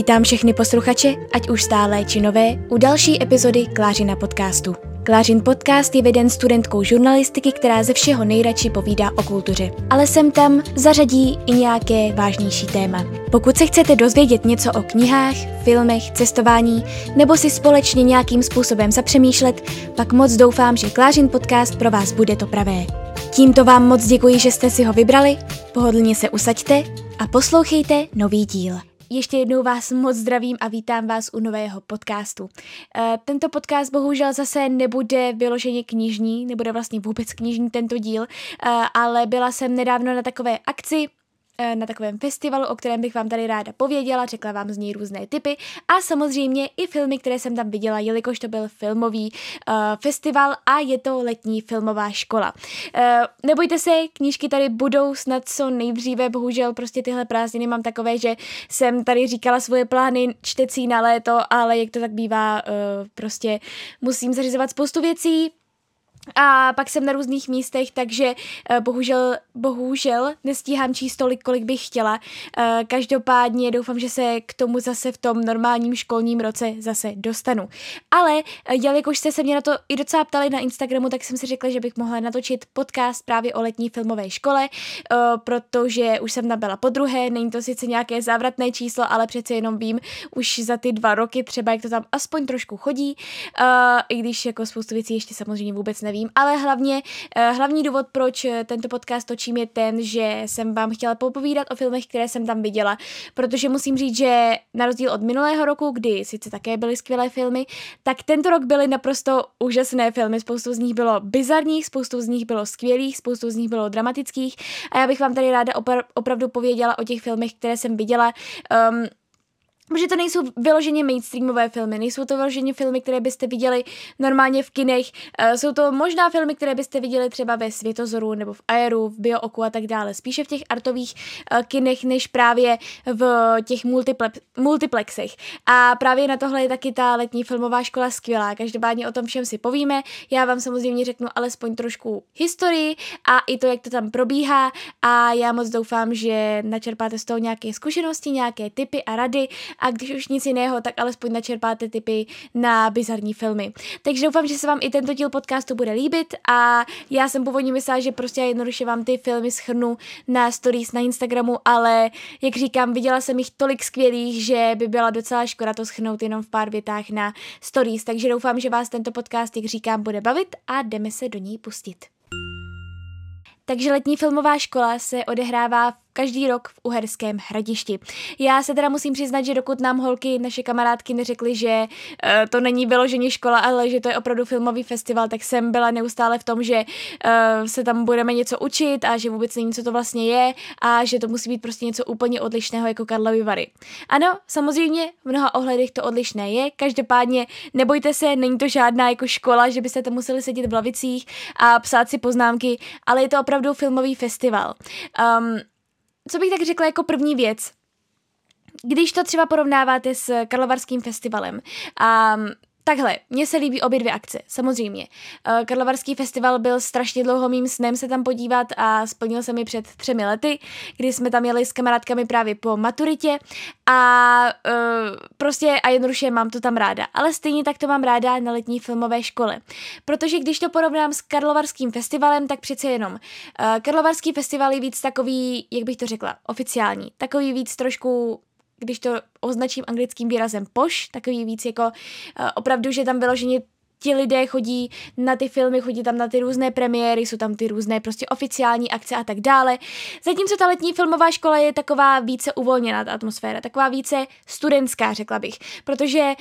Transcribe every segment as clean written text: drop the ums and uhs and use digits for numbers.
Vítám všechny posluchače, ať už stálé či nové, u další epizody Klářina podcastu. Klářin podcast je veden studentkou žurnalistiky, která ze všeho nejradši povídá o kultuře. Ale sem tam zařadí i nějaké vážnější téma. Pokud se chcete dozvědět něco o knihách, filmech, cestování, nebo si společně nějakým způsobem zapřemýšlet, pak moc doufám, že Klářin podcast pro vás bude to pravé. Tímto vám moc děkuji, že jste si ho vybrali, pohodlně se usaďte a poslouchejte nový díl. Ještě jednou vás moc zdravím a vítám vás u nového podcastu. Tento podcast bohužel zase nebude vyloženě knižní, nebude vlastně vůbec knižní tento díl, ale byla jsem nedávno na takové akci, na takovém festivalu, o kterém bych vám tady ráda pověděla, řekla vám z něj různé tipy a samozřejmě i filmy, které jsem tam viděla, jelikož to byl filmový festival a je to letní filmová škola. Nebojte se, knížky tady budou snad co nejdříve, bohužel prostě tyhle prázdniny mám takové, že jsem tady říkala svoje plány čtecí na léto, ale jak to tak bývá, prostě musím zařizovat spoustu věcí. A pak jsem na různých místech, takže bohužel nestíhám číst tolik, kolik bych chtěla. Každopádně doufám, že se k tomu zase v tom normálním školním roce zase dostanu. Ale jelikož jste se mě na to i docela ptali na Instagramu, tak jsem si řekla, že bych mohla natočit podcast právě o letní filmové škole, protože už jsem tam byla podruhé, není to sice nějaké závratné číslo, ale přece jenom vím už za ty 2 roky třeba, jak to tam aspoň trošku chodí, i když jako spoustu věcí ještě samozřejmě vůbec nevím, ale hlavní důvod, proč tento podcast točím, je ten, že jsem vám chtěla popovídat o filmech, které jsem tam viděla, protože musím říct, že na rozdíl od minulého roku, kdy sice také byly skvělé filmy, tak tento rok byly naprosto úžasné filmy, spoustu z nich bylo bizarních, spoustu z nich bylo skvělých, spoustu z nich bylo dramatických a já bych vám tady ráda opravdu pověděla o těch filmech, které jsem viděla. Protože to nejsou vyloženě mainstreamové filmy, nejsou to vyloženě filmy, které byste viděli normálně v kinech, jsou to možná filmy, které byste viděli třeba ve Světozoru nebo v Aeru, v Bio-Oku a tak dále, spíše v těch artových kinech, než právě v těch multiplexech. A právě na tohle je taky ta letní filmová škola skvělá, každopádně o tom všem si povíme, já vám samozřejmě řeknu alespoň trošku historii a i to, jak to tam probíhá a já moc doufám, že načerpáte z toho nějaké zkušenosti, nějaké tipy a rady, a když už nic jiného, tak alespoň načerpáte tipy na bizarní filmy. Takže doufám, že se vám i tento díl podcastu bude líbit a já jsem původně myslela, že prostě jednoduše vám ty filmy shrnu na stories na Instagramu, ale jak říkám, viděla jsem jich tolik skvělých, že by byla docela škoda to shrnout jenom v pár větách na stories, takže doufám, že vás tento podcast, jak říkám, bude bavit a jdeme se do něj pustit. Takže letní filmová škola se odehrává každý rok v Uherském Hradišti. Já se teda musím přiznat, že dokud nám holky, naše kamarádky neřekly, že to není vyloženě škola, ale že to je opravdu filmový festival, tak jsem byla neustále v tom, že se tam budeme něco učit a že vůbec nevím, co to vlastně je a že to musí být prostě něco úplně odlišného jako Karlovy Vary. Ano, samozřejmě v mnoha ohledech to odlišné je, každopádně nebojte se, není to žádná jako škola, že byste tam museli sedět v lavicích a psát si poznámky, ale je to opravdu filmový festival. Co bych tak řekla jako první věc? Když to třeba porovnáváte s Karlovarským festivalem, takhle, mně se líbí obě 2 akce, samozřejmě. Karlovarský festival byl strašně dlouho mým snem se tam podívat a splnil se mi před 3 lety, kdy jsme tam jeli s kamarádkami právě po maturitě a prostě a jednoduše mám to tam ráda. Ale stejně tak to mám ráda na letní filmové škole. Protože když to porovnám s Karlovarským festivalem, tak přece jenom Karlovarský festival je víc takový, jak bych to řekla, oficiální. Takový víc trošku, když to označím anglickým výrazem posh, takový víc jako opravdu, že tam vyloženě ti lidé chodí na ty filmy, chodí tam na ty různé premiéry, jsou tam ty různé prostě oficiální akce a tak dále. Zatímco ta letní filmová škola je taková více uvolněná ta atmosféra, taková více studentská, řekla bych, protože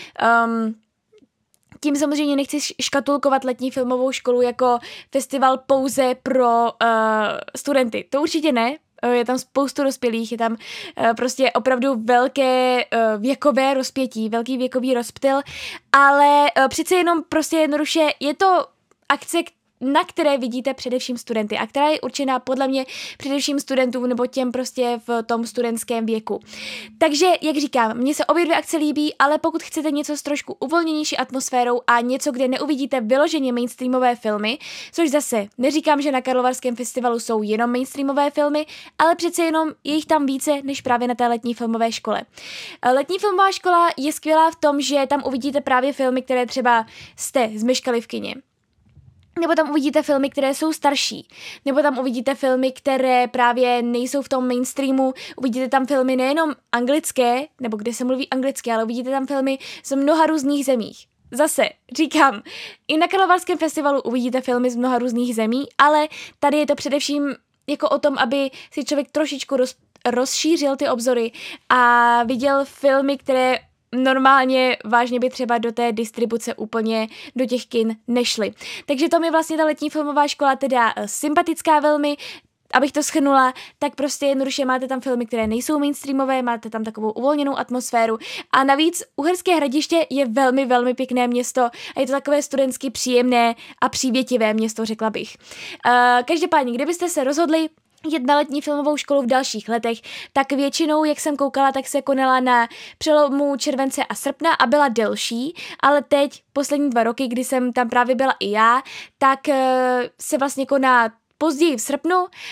tím samozřejmě nechci škatulkovat letní filmovou školu jako festival pouze pro studenty. To určitě ne. Je tam spoustu dospělých, je tam prostě opravdu velké věkové rozpětí, velký věkový rozptyl, ale přece jenom prostě jednoduše je to akce, na které vidíte především studenty a která je určená podle mě především studentům nebo těm prostě v tom studentském věku. Takže, jak říkám, mně se obě dvě akce líbí, ale pokud chcete něco s trošku uvolněnější atmosférou a něco, kde neuvidíte vyloženě mainstreamové filmy, což zase neříkám, že na Karlovarském festivalu jsou jenom mainstreamové filmy, ale přece jenom je jich tam více než právě na té letní filmové škole. Letní filmová škola je skvělá v tom, že tam uvidíte právě filmy, které třeba jste zmeškali v kině. Nebo tam uvidíte filmy, které jsou starší. Nebo tam uvidíte filmy, které právě nejsou v tom mainstreamu. Uvidíte tam filmy nejenom anglické, nebo kde se mluví anglicky, ale uvidíte tam filmy z mnoha různých zemích. Zase, říkám, i na Karlovarském festivalu uvidíte filmy z mnoha různých zemí, ale tady je to především jako o tom, aby si člověk trošičku rozšířil ty obzory a viděl filmy, které normálně vážně by třeba do té distribuce úplně do těch kin nešly. Takže to mi vlastně ta letní filmová škola teda sympatická velmi. Abych to shrnula, tak prostě jednoduše máte tam filmy, které nejsou mainstreamové, máte tam takovou uvolněnou atmosféru a navíc Uherské Hradiště je velmi, velmi pěkné město a je to takové studentsky příjemné a přívětivé město, řekla bych. Každopádně, kdybyste se rozhodli jít na letní filmovou školu v dalších letech, tak většinou, jak jsem koukala, tak se konala na přelomu července a srpna a byla delší, ale teď, poslední 2 roky, kdy jsem tam právě byla i já, tak se vlastně koná později v srpnu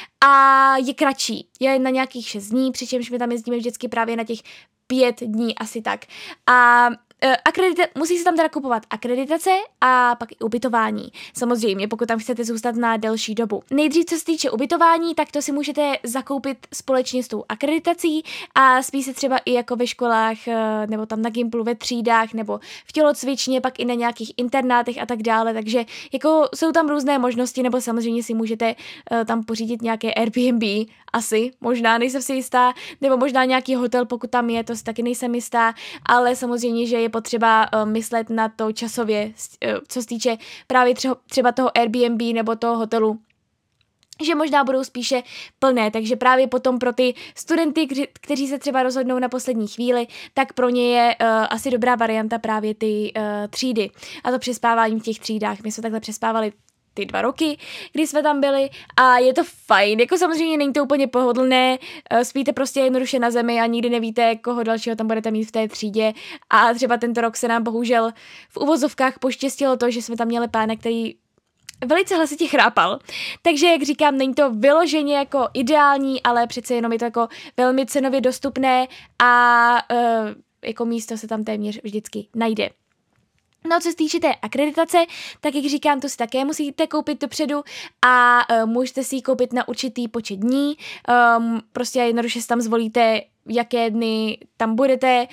a je kratší. Je na nějakých 6 dní, přičemž my tam jezdíme vždycky právě na těch 5 dní asi tak. A musí se tam teda kupovat akreditace a pak i ubytování. Samozřejmě, pokud tam chcete zůstat na delší dobu. Nejdřív, co se týče ubytování, tak to si můžete zakoupit společně s tou akreditací a spí se třeba i jako ve školách, nebo tam na Gimplu ve třídách, nebo v tělocvičně, pak i na nějakých internátech a tak dále. Takže jako jsou tam různé možnosti, nebo samozřejmě si můžete tam pořídit nějaké Airbnb, asi, možná, nejsem si jistá, nebo možná nějaký hotel, pokud tam je, to si taky nejsem jistá, ale samozřejmě, že je potřeba myslet na to časově, co se týče právě třeba toho Airbnb nebo toho hotelu, že možná budou spíše plné, takže právě potom pro ty studenty, kteří se třeba rozhodnou na poslední chvíli, tak pro ně je asi dobrá varianta právě ty třídy a to přespávání v těch třídách. My jsme takhle přespávali ty 2 roky, kdy jsme tam byli a je to fajn, jako samozřejmě není to úplně pohodlné, spíte prostě jednoduše na zemi a nikdy nevíte, koho dalšího tam budete mít v té třídě a třeba tento rok se nám bohužel v uvozovkách poštěstilo to, že jsme tam měli pána, který velice hlasitě chrápal, takže jak říkám, není to vyloženě jako ideální, ale přece jenom je to jako velmi cenově dostupné a jako místo se tam téměř vždycky najde. No, co se týče té akreditace, tak jak říkám, to si také musíte koupit dopředu a můžete si ji koupit na určitý počet dní, prostě jednoduše si tam zvolíte, jaké dny tam budete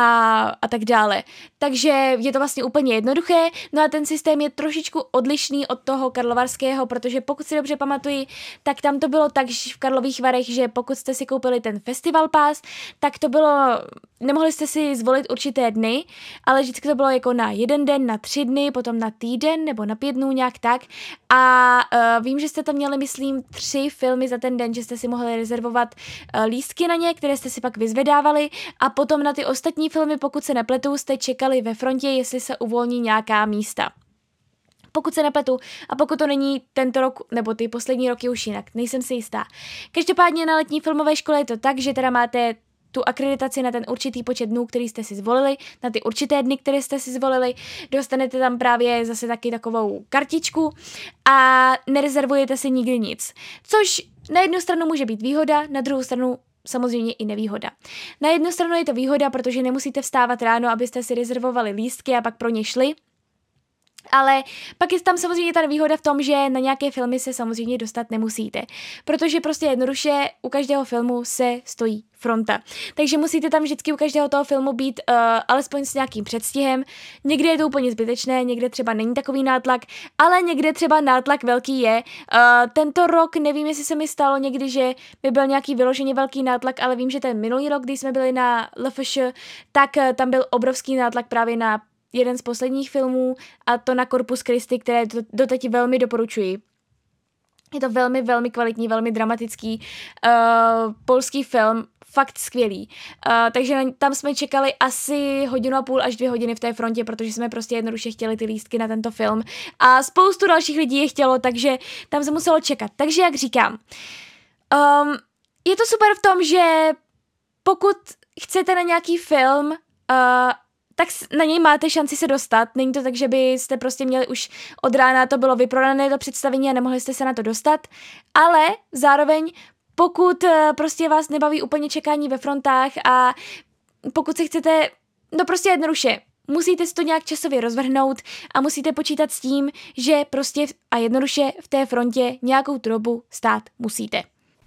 a tak dále. Takže je to vlastně úplně jednoduché, no a ten systém je trošičku odlišný od toho karlovarského, protože pokud si dobře pamatuji, tak tam to bylo tak v Karlových Varech, že pokud jste si koupili ten festival pass, tak to bylo, nemohli jste si zvolit určité dny, ale vždycky to bylo jako na 1 den, na 3 dny, potom na týden nebo na 5 dnů nějak tak a vím, že jste tam měli, myslím, 3 filmy za ten den, že jste si mohli rezervovat lístky na ně, které jste si pak vyzvedávali a potom na ty ostatní filmy, pokud se nepletu, jste čekali ve frontě, jestli se uvolní nějaká místa. Pokud se nepletu a pokud to není tento rok nebo ty poslední roky už jinak, nejsem si jistá. Každopádně na letní filmové škole je to tak, že teda máte tu akreditaci na ten určitý počet dnů, který jste si zvolili, na ty určité dny, které jste si zvolili, dostanete tam právě zase taky takovou kartičku a nerezervujete si nikdy nic. Což na jednu stranu může být výhoda, na druhou stranu samozřejmě i nevýhoda. Na jednu stranu je to výhoda, protože nemusíte vstávat ráno, abyste si rezervovali lístky a pak pro ně šli. Ale pak je tam samozřejmě ta výhoda v tom, že na nějaké filmy se samozřejmě dostat nemusíte. Protože prostě jednoduše u každého filmu se stojí fronta. Takže musíte tam vždycky u každého toho filmu být alespoň s nějakým předstihem. Někde je to úplně zbytečné, někde třeba není takový nátlak, ale někde třeba nátlak velký je. Tento rok nevím, jestli se mi stalo někdy, že by byl nějaký vyloženě velký nátlak, ale vím, že ten minulý rok, když jsme byli na LFŠ, tak tam byl obrovský nátlak právě na jeden z posledních filmů a to na Corpus Christi, které doteď velmi doporučuji. Je to velmi, velmi kvalitní, velmi dramatický polský film, fakt skvělý. Takže tam jsme čekali asi 1,5 až 2 hodiny v té frontě, protože jsme prostě jednoduše chtěli ty lístky na tento film. A spoustu dalších lidí je chtělo, takže tam se muselo čekat. Takže jak říkám, je to super v tom, že pokud chcete na nějaký film, tak na něj máte šanci se dostat. Není to tak, že byste prostě měli už od rána to bylo vyprodané to představení a nemohli jste se na to dostat, ale zároveň pokud prostě vás nebaví úplně čekání ve frontách a pokud se chcete, no prostě jednoduše, musíte si to nějak časově rozvrhnout a musíte počítat s tím, že prostě a jednoduše v té frontě nějakou tu dobu stát musíte.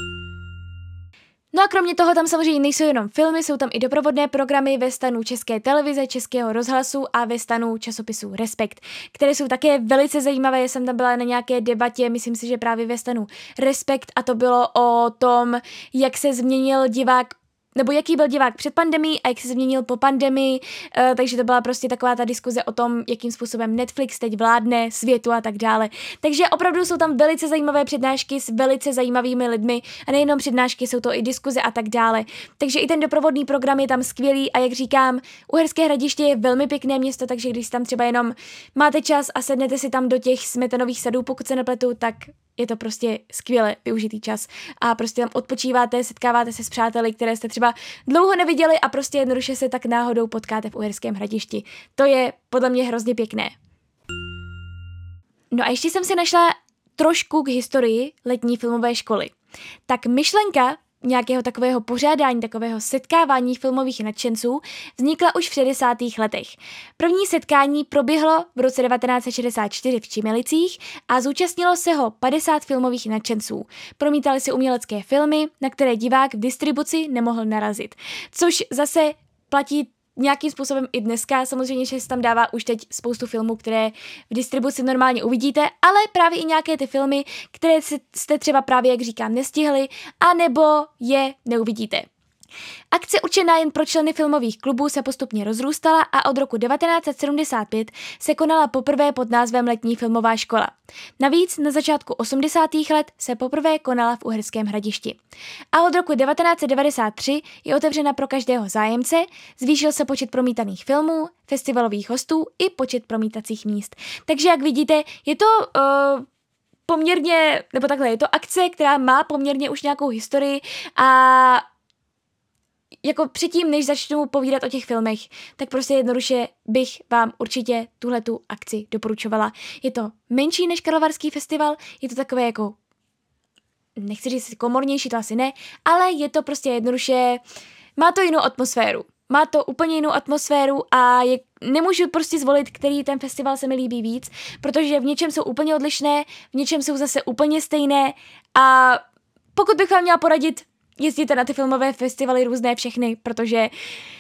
No a kromě toho tam samozřejmě nejsou jenom filmy, jsou tam i doprovodné programy ve stanu České televize, Českého rozhlasu a ve stanu časopisu Respekt, které jsou také velice zajímavé. Já jsem tam byla na nějaké debatě, myslím si, že právě ve stanu Respekt, a to bylo o tom, jak se změnil divák, nebo jaký byl divák před pandemií a jak se změnil po pandemii, takže to byla prostě taková ta diskuze o tom, jakým způsobem Netflix teď vládne světu a tak dále. Takže opravdu jsou tam velice zajímavé přednášky s velice zajímavými lidmi a nejenom přednášky, jsou to i diskuze a tak dále. Takže i ten doprovodný program je tam skvělý a jak říkám, Uherské Hradiště je velmi pěkné město, takže když tam třeba jenom máte čas a sednete si tam do těch smetanových sadů, pokud se nepletu, tak je to prostě skvěle využitý čas a prostě tam odpočíváte, setkáváte se s přáteli, které jste třeba dlouho neviděli a prostě jednoduše se tak náhodou potkáte v Uherském Hradišti. To je podle mě hrozně pěkné. No a ještě jsem si našla trošku k historii letní filmové školy. Tak myšlenka nějakého takového pořádání, takového setkávání filmových nadšenců vznikla už v 60. letech. První setkání proběhlo v roce 1964 v Čimelicích a zúčastnilo se ho 50 filmových nadšenců. Promítali si umělecké filmy, na které divák v distribuci nemohl narazit. Což zase platí nějakým způsobem i dneska, samozřejmě, že se tam dává už teď spoustu filmů, které v distribuci normálně uvidíte, ale právě i nějaké ty filmy, které jste třeba právě, jak říkám, nestihli, anebo je neuvidíte. Akce určená jen pro členy filmových klubů se postupně rozrůstala a od roku 1975 se konala poprvé pod názvem Letní filmová škola. Navíc na začátku 80. let se poprvé konala v Uherském Hradišti. A od roku 1993 je otevřena pro každého zájemce, zvýšil se počet promítaných filmů, festivalových hostů i počet promítacích míst. Takže jak vidíte, je to poměrně, nebo takhle, je to akce, která má poměrně už nějakou historii a jako předtím, než začnu povídat o těch filmech, tak prostě jednoduše bych vám určitě tuhletu akci doporučovala. Je to menší než Karlovarský festival, je to takové jako, nechci říct komornější, to asi ne, ale je to prostě jednoduše, má to jinou atmosféru. Má to úplně jinou atmosféru a nemůžu prostě zvolit, který ten festival se mi líbí víc, protože v něčem jsou úplně odlišné, v něčem jsou zase úplně stejné a pokud bych vám měla poradit, jezděte na ty filmové festivaly různé všechny, protože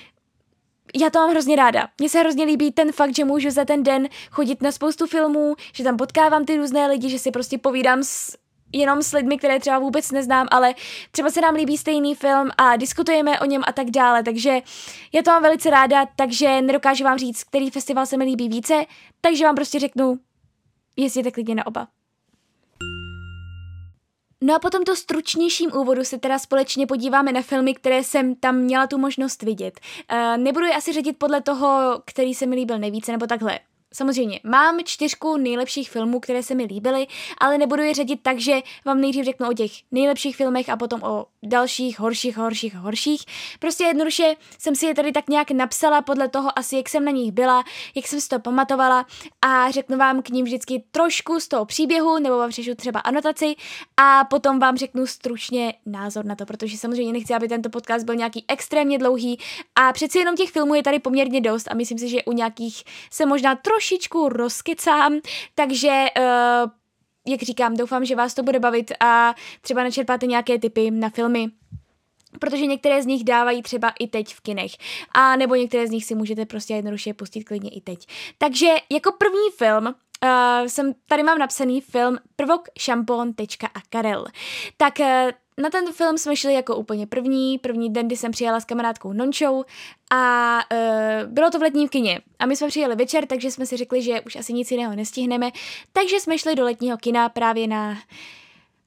já to mám hrozně ráda. Mně se hrozně líbí ten fakt, že můžu za ten den chodit na spoustu filmů, že tam potkávám ty různé lidi, že si prostě povídám jenom s lidmi, které třeba vůbec neznám, ale třeba se nám líbí stejný film a diskutujeme o něm a tak dále, takže já to mám velice ráda, takže nedokážu vám říct, který festival se mi líbí více, takže vám prostě řeknu, jezděte klidně na oba. No a po tomto stručnějším úvodu se teda společně podíváme na filmy, které jsem tam měla tu možnost vidět. Nebudu je asi řadit podle toho, který se mi líbil nejvíce, nebo takhle. Samozřejmě, mám 4 nejlepších filmů, které se mi líbily, ale nebudu je řadit tak, že vám nejdřív řeknu o těch nejlepších filmech a potom o dalších, horších. Prostě jednoduše jsem si je tady tak nějak napsala podle toho asi, jak jsem na nich byla, jak jsem si to pamatovala a řeknu vám k ním vždycky trošku z toho příběhu, nebo vám přečtu třeba anotaci a potom vám řeknu stručně názor na to, protože samozřejmě nechci, aby tento podcast byl nějaký extrémně dlouhý a přeci jenom těch filmů je tady poměrně dost a myslím si, že u nějakých se možná trošičku rozkecám, takže jak říkám, doufám, že vás to bude bavit a třeba načerpáte nějaké tipy na filmy, protože některé z nich dávají třeba i teď v kinech a nebo některé z nich si můžete prostě jednoduše pustit klidně i teď. Takže jako první film tady mám napsaný film Prvok, šampon, tečka a Karel. Tak na ten film jsme šli jako úplně první den, kdy jsem přijela s kamarádkou Nončou a bylo to v letním kině. A my jsme přijeli večer, takže jsme si řekli, že už asi nic jiného nestihneme, takže jsme šli do letního kina právě na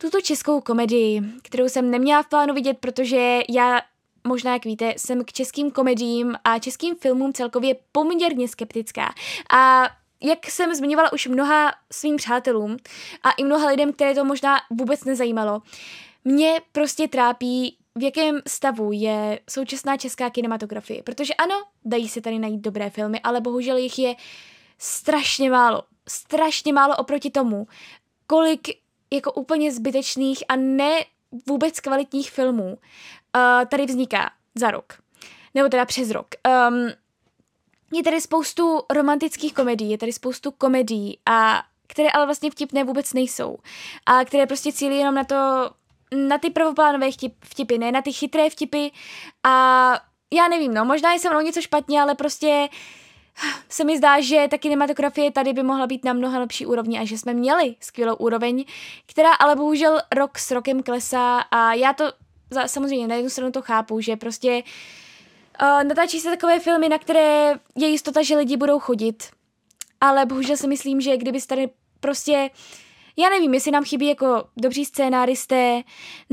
tuto českou komedii, kterou jsem neměla v plánu vidět, protože já, možná jak víte, jsem k českým komediím a českým filmům celkově poměrně skeptická. A jak jsem zmiňovala už mnoha svým přátelům a i mnoha lidem, které to možná vůbec nezajímalo, mě prostě trápí, v jakém stavu je současná česká kinematografie. Protože ano, dají se tady najít dobré filmy, ale bohužel jich je strašně málo. Strašně málo oproti tomu, kolik jako úplně zbytečných a ne vůbec kvalitních filmů tady vzniká za rok. Nebo teda přes rok. Je tady spoustu romantických komedií, je tady spoustu komedií, které ale vlastně vtipné vůbec nejsou. A které prostě cílí jenom na ty prvoplánové vtipy, ne na ty chytré vtipy. A já nevím, možná je se mnou něco špatně, ale prostě se mi zdá, že ta kinematografie tady by mohla být na mnoha lepší úrovni a že jsme měli skvělou úroveň, která ale bohužel rok s rokem klesá a já to samozřejmě na jednu stranu to chápu, že prostě natáčí se takové filmy, na které je jistota, že lidi budou chodit, ale bohužel si myslím, že kdyby tady prostě, já nevím, jestli nám chybí jako dobří scénáristé,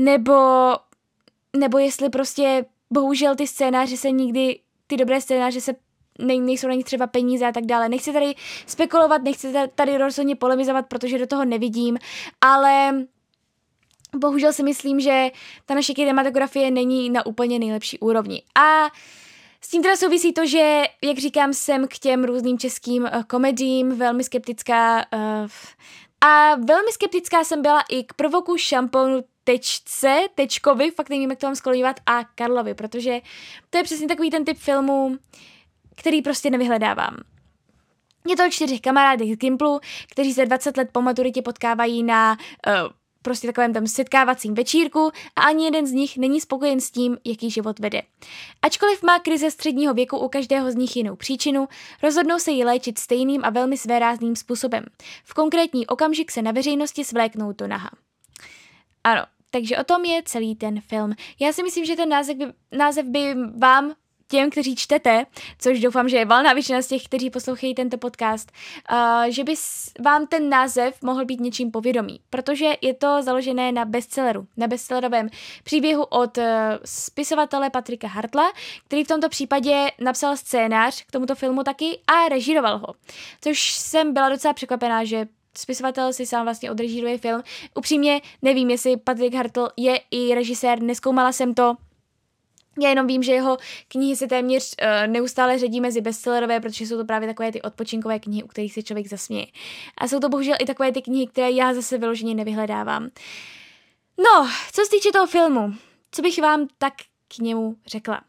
nebo jestli prostě bohužel ty scénáře se nikdy, ty dobré scénáře se nejsou na nich třeba peníze a tak dále. Nechci tady spekulovat, nechci tady rozhodně polemizovat, protože do toho nevidím, ale bohužel si myslím, že ta naše kinematografie není na úplně nejlepší úrovni. A s tím teda souvisí to, že, jak říkám, jsem k těm různým českým komediím velmi skeptická a velmi skeptická jsem byla i k Prvoku, Šamponu, Tečkovi, fakt nevím, jak to mám skloňovat, a Karlovi, protože to je přesně takový ten typ filmů, který prostě nevyhledávám. Je to 4 kamarádek z Gimplu, kteří se 20 let po maturitě potkávají na prostě takovém tam setkávacím večírku a ani jeden z nich není spokojen s tím, jaký život vede. Ačkoliv má krize středního věku u každého z nich jinou příčinu, rozhodnou se ji léčit stejným a velmi svérázným způsobem. V konkrétní okamžik se na veřejnosti svléknou do naha. Ano, takže o tom je celý ten film. Já si myslím, že ten název by vám, těm, kteří čtete, což doufám, že je valná většina z těch, kteří poslouchají tento podcast, že by vám ten název mohl být něčím povědomý, protože je to založené na bestselleru, na bestsellerovém příběhu od spisovatele Patrika Hartla, který v tomto případě napsal scénář k tomuto filmu taky a režíroval ho. Což jsem byla docela překvapená, že spisovatel si sám vlastně odrežíruje film. Upřímně nevím, jestli Patrik Hartl je i režisér, nezkoumala jsem to. Já jenom vím, že jeho knihy se téměř neustále řadí mezi bestsellerové, protože jsou to právě takové ty odpočinkové knihy, u kterých se člověk zasměje. A jsou to bohužel i takové ty knihy, které já zase vyloženě nevyhledávám. No, co se týče toho filmu, co bych vám tak k němu řekla?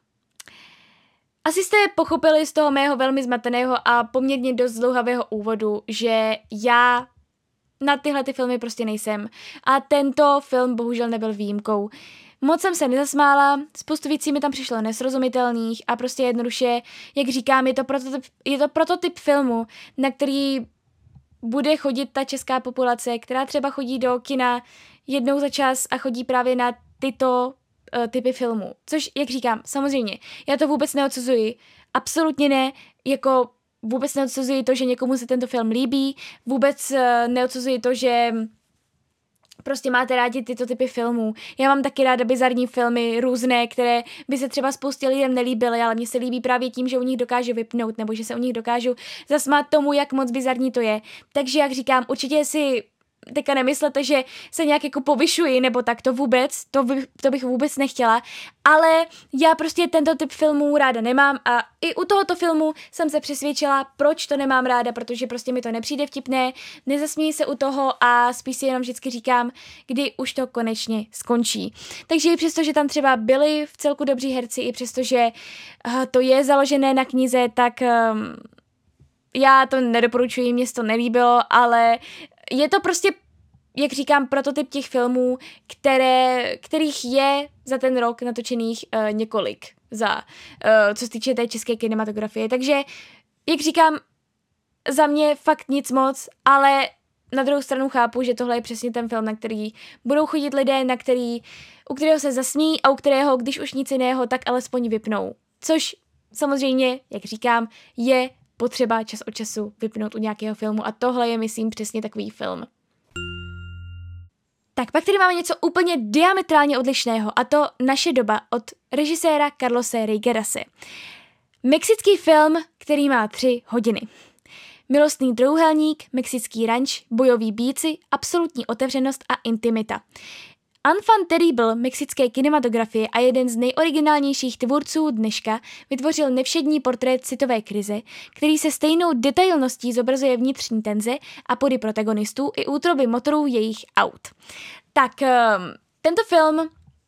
Asi jste pochopili z toho mého velmi zmateného a poměrně dost dlouhavého úvodu, že já na tyhle ty filmy prostě nejsem. A tento film bohužel nebyl výjimkou. Moc jsem se nezasmála, spoustu věcí mi tam přišlo nesrozumitelných a prostě jednoduše, jak říkám, je to prototyp filmu, na který bude chodit ta česká populace, která třeba chodí do kina jednou za čas a chodí právě na tyto typy filmů. Což, jak říkám, samozřejmě, já to vůbec neodsuzuji, absolutně ne, jako vůbec neodsuzuji to, že někomu se tento film líbí, vůbec neodsuzuji to, že prostě máte rádi tyto typy filmů. Já mám taky ráda bizarní filmy různé, které by se třeba spoustě lidem nelíbily, ale mně se líbí právě tím, že u nich dokážu vypnout, nebo že se u nich dokážu zasmát tomu, jak moc bizarní to je. Takže jak říkám, určitě si teďka nemyslete, že se nějak jako povyšuji, nebo tak, to vůbec, to bych vůbec nechtěla, ale já prostě tento typ filmů ráda nemám a i u tohoto filmu jsem se přesvědčila, proč to nemám ráda, protože prostě mi to nepřijde vtipné, nezasměji se u toho a spíš si jenom vždycky říkám, kdy už to konečně skončí. Takže i přesto, že tam třeba byli v celku dobří herci, i přesto, že to je založené na knize, tak já to nedoporučuji, mně se to nelíbilo, ale je to prostě, jak říkám, prototyp těch filmů, kterých je za ten rok natočených několik, co se týče té české kinematografie. Takže, jak říkám, za mě fakt nic moc, ale na druhou stranu chápu, že tohle je přesně ten film, na který budou chodit lidé, u kterého se zasmí a u kterého, když už nic jiného, tak alespoň vypnou. Což samozřejmě, jak říkám, je potřeba čas od času vypnout u nějakého filmu a tohle je, myslím, přesně takový film. Tak pak tady máme něco úplně diametrálně odlišného, a to Naše doba od režiséra Carlose Reigerase. Mexický film, který má 3 hodiny. Milostný trojúhelník, mexický ranč, bojoví býci, absolutní otevřenost a intimita. Enfant terrible mexické kinematografie a jeden z nejoriginálnějších tvůrců dneška vytvořil nevšední portrét citové krize, který se stejnou detailností zobrazuje vnitřní tenze a pody protagonistů i útroby motorů jejich aut. Tak tento film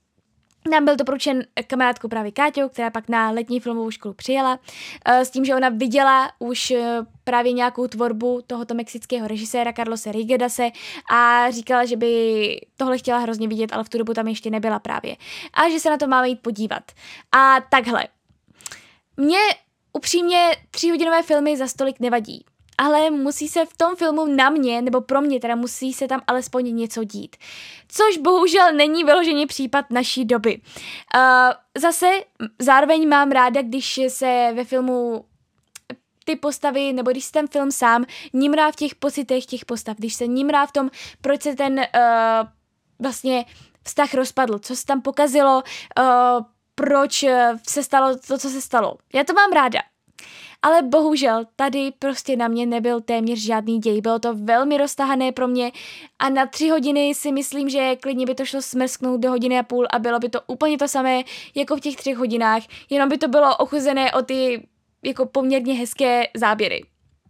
nám byl doporučen kamarádkou právě Káťou, která pak na letní filmovou školu přijela, s tím, že ona viděla už právě nějakou tvorbu tohoto mexického režiséra Carlose Reigerase a říkala, že by tohle chtěla hrozně vidět, ale v tu dobu tam ještě nebyla právě. A že se na to máme jít podívat. A takhle. Mně upřímně 3hodinové filmy za stolik nevadí. Ale musí se v tom filmu na mě, nebo pro mě teda musí se tam alespoň něco dít. Což bohužel není vyloženě případ naší doby. Zase zároveň mám ráda, když se ve filmu ty postavy, nebo když se ten film sám nímrá v těch pocitech těch postav, když se nímrá v tom, proč se ten vlastně vztah rozpadl, co se tam pokazilo, proč se stalo to, co se stalo. Já to mám ráda. Ale bohužel tady prostě na mě nebyl téměř žádný děj. Bylo to velmi roztahané pro mě a na 3 hodiny si myslím, že klidně by to šlo smrsknout do 1,5 hodiny a bylo by to úplně to samé jako v těch 3 hodinách, jenom by to bylo ochuzené o ty jako poměrně hezké záběry.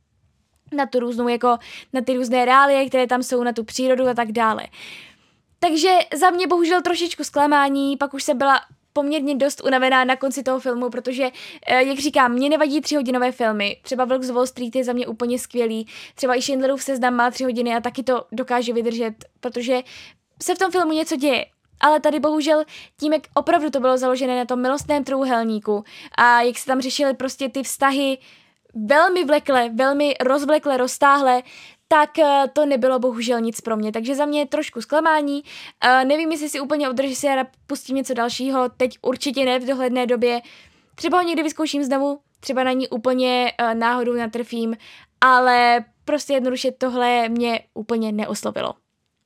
Na tu různou, jako na ty různé reálie, které tam jsou, na tu přírodu a tak dále. Takže za mě bohužel trošičku zklamání, pak už jsem byla poměrně dost unavená na konci toho filmu, protože, jak říkám, mě nevadí 3hodinové filmy. Třeba Vlk z Wall Street je za mě úplně skvělý. Třeba i Schindlerův seznam má 3 hodiny a taky to dokáže vydržet, protože se v tom filmu něco děje. Ale tady bohužel tím, jak opravdu to bylo založené na tom milostném trojúhelníku a jak se tam řešily prostě ty vztahy velmi vlekle, velmi rozvlekle, roztáhle, tak to nebylo bohužel nic pro mě. Takže za mě je trošku zklamání. Nevím, jestli si úplně od režiséra pustím něco dalšího, teď určitě ne v dohledné době. Třeba ho někdy vyzkouším znovu, třeba na ní úplně náhodou natrfím, ale prostě jednoduše tohle mě úplně neoslovilo.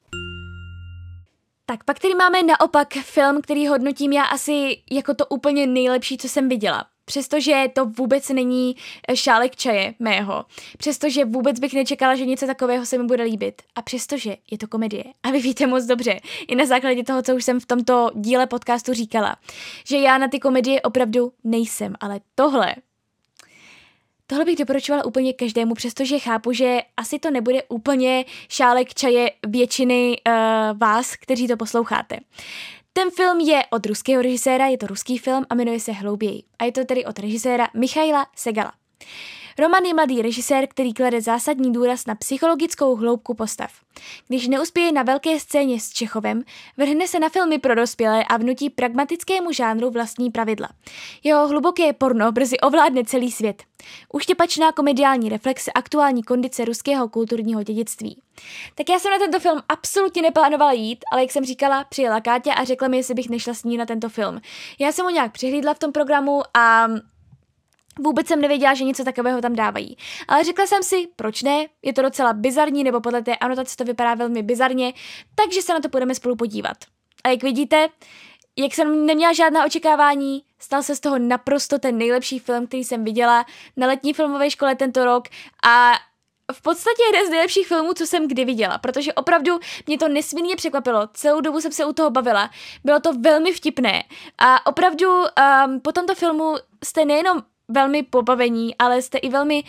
Tak pak tady máme naopak film, který hodnotím já asi jako to úplně nejlepší, co jsem viděla. Přestože to vůbec není šálek čaje mého. Přestože vůbec bych nečekala, že něco takového se mi bude líbit. A přestože je to komedie. A vy víte moc dobře, i na základě toho, co už jsem v tomto díle podcastu říkala, že já na ty komedie opravdu nejsem. Ale tohle bych doporučovala úplně každému, přestože chápu, že asi to nebude úplně šálek čaje většiny vás, kteří to posloucháte. Ten film je od ruského režiséra, je to ruský film a jmenuje se Hlouběji. A je to tedy od režiséra Michaila Segala. Roman je mladý režisér, který klade zásadní důraz na psychologickou hloubku postav. Když neuspěje na velké scéně s Čechovem, vrhne se na filmy pro dospělé a vnutí pragmatickému žánru vlastní pravidla. Jeho hluboké porno brzy ovládne celý svět. Uštěpačná komediální reflexe aktuální kondice ruského kulturního dědictví. Tak já jsem na tento film absolutně neplánovala jít, ale jak jsem říkala, přijela Káťa a řekla mi, jestli bych nešla s ní na tento film. Já jsem ho nějak přihlídla v tom programu a vůbec jsem nevěděla, že něco takového tam dávají. Ale řekla jsem si, proč ne, je to docela bizarní, nebo podle té anotace to vypadá velmi bizarně, takže se na to půjdeme spolu podívat. A jak vidíte, jak jsem neměla žádná očekávání, stal se z toho naprosto ten nejlepší film, který jsem viděla na letní filmové škole tento rok a v podstatě jeden z nejlepších filmů, co jsem kdy viděla, protože opravdu mě to nesmírně překvapilo, celou dobu jsem se u toho bavila, bylo to velmi vtipné a opravdu po tomto filmu jste nejenom velmi pobavení, ale jste i velmi,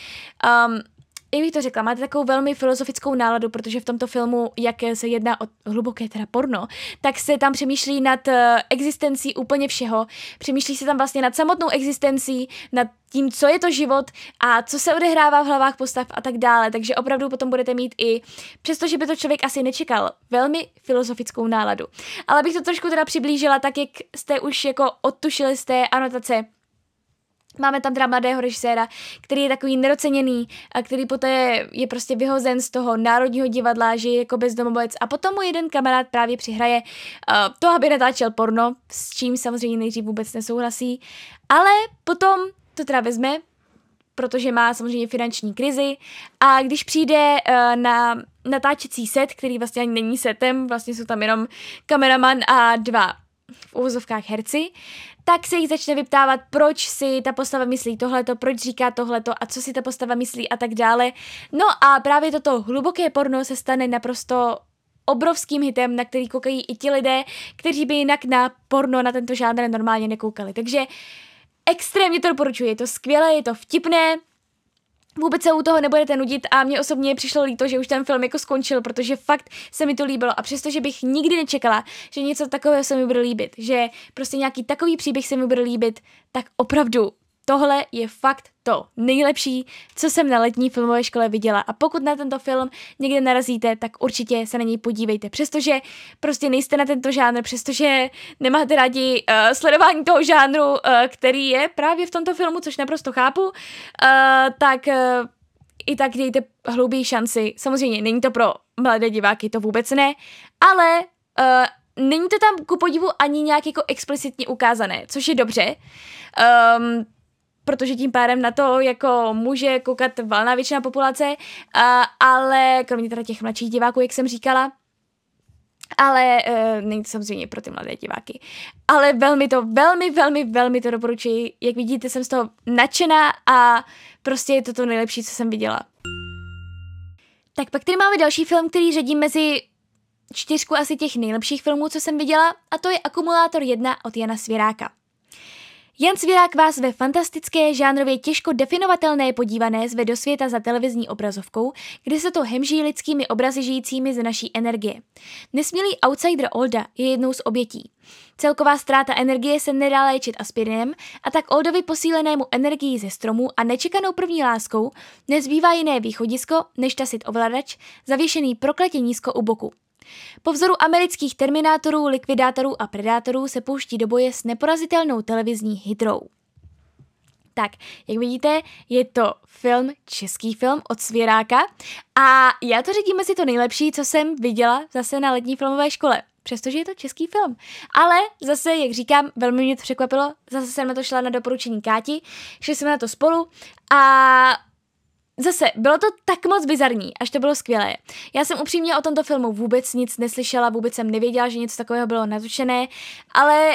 jak bych to řekla, máte takovou velmi filozofickou náladu, protože v tomto filmu, jak se jedná o hluboké teda porno, tak se tam přemýšlí nad existencí úplně všeho, přemýšlí se tam vlastně nad samotnou existencí, nad tím, co je to život a co se odehrává v hlavách postav a tak dále, takže opravdu potom budete mít i, přestože by to člověk asi nečekal, velmi filozofickou náladu. Ale bych to trošku teda přiblížila, tak jak jste už jako odtušili z té anotace. Máme tam teda mladého režiséra, který je takový nedoceněný a který poté je prostě vyhozen z toho Národního divadla, že je jako bezdomovec a potom mu jeden kamarád právě přihraje to, aby natáčel porno, s čím samozřejmě nejdřív vůbec nesouhlasí, ale potom to teda vezme, protože má samozřejmě finanční krizi a když přijde natáčecí set, který vlastně ani není setem, vlastně jsou tam jenom kameraman a 2 v uvozovkách herci, tak se jich začne vyptávat, proč si ta postava myslí tohleto, proč říká tohleto a co si ta postava myslí a tak dále. No a právě toto hluboké porno se stane naprosto obrovským hitem, na který koukají i ti lidé, kteří by jinak na porno, na tento žánr normálně nekoukali. Takže extrémně to doporučuji, je to skvělé, je to vtipné, vůbec se u toho nebudete nudit a mně osobně přišlo líto, že už ten film jako skončil, protože fakt se mi to líbilo a přestože bych nikdy nečekala, že něco takového se mi bude líbit, že prostě nějaký takový příběh se mi bude líbit, tak opravdu tohle je fakt to nejlepší, co jsem na letní filmové škole viděla. A pokud na tento film někde narazíte, tak určitě se na něj podívejte. Přestože prostě nejste na tento žánr, přestože nemáte rádi sledování toho žánru, který je právě v tomto filmu, což naprosto chápu, tak i tak dejte hlouběji šanci. Samozřejmě není to pro mladé diváky, to vůbec ne, ale není to tam ku podivu ani nějak jako explicitně ukázané, což je dobře. Protože tím pádem na to jako může koukat valná většina populace, ale kromě teda těch mladších diváků, jak jsem říkala, ale není to samozřejmě pro ty mladé diváky. Ale velmi to doporučuji. Jak vidíte, jsem z toho nadšená a prostě je to to nejlepší, co jsem viděla. Tak pak tady máme další film, který řadím mezi 4 asi těch nejlepších filmů, co jsem viděla, a to je Akumulátor 1 od Jana Svěráka. Jan Svěrák vás ve fantastické, žánrově těžko definovatelné podívané zve do světa za televizní obrazovkou, kde se to hemží lidskými obrazy žijícími z naší energie. Nesmělý outsider Olda je jednou z obětí. Celková ztráta energie se nedá léčit aspirinem a tak Oldovi posílenému energií ze stromů a nečekanou první láskou nezbývá jiné východisko, než tasit ovladač, zavěšený prokletě nízko u boku. Po vzoru amerických terminátorů, likvidátorů a predátorů se pouští do boje s neporazitelnou televizní hydrou. Tak, jak vidíte, je to film, český film od Svěráka a já to řadím mezi to nejlepší, co jsem viděla zase na letní filmové škole. Přestože je to český film. Ale zase, jak říkám, velmi mě to překvapilo, zase jsem na to šla na doporučení Káti, šli jsme na to spolu a zase, bylo to tak moc bizarní, až to bylo skvělé. Já jsem upřímně o tomto filmu vůbec nic neslyšela, vůbec jsem nevěděla, že něco takového bylo natočené, ale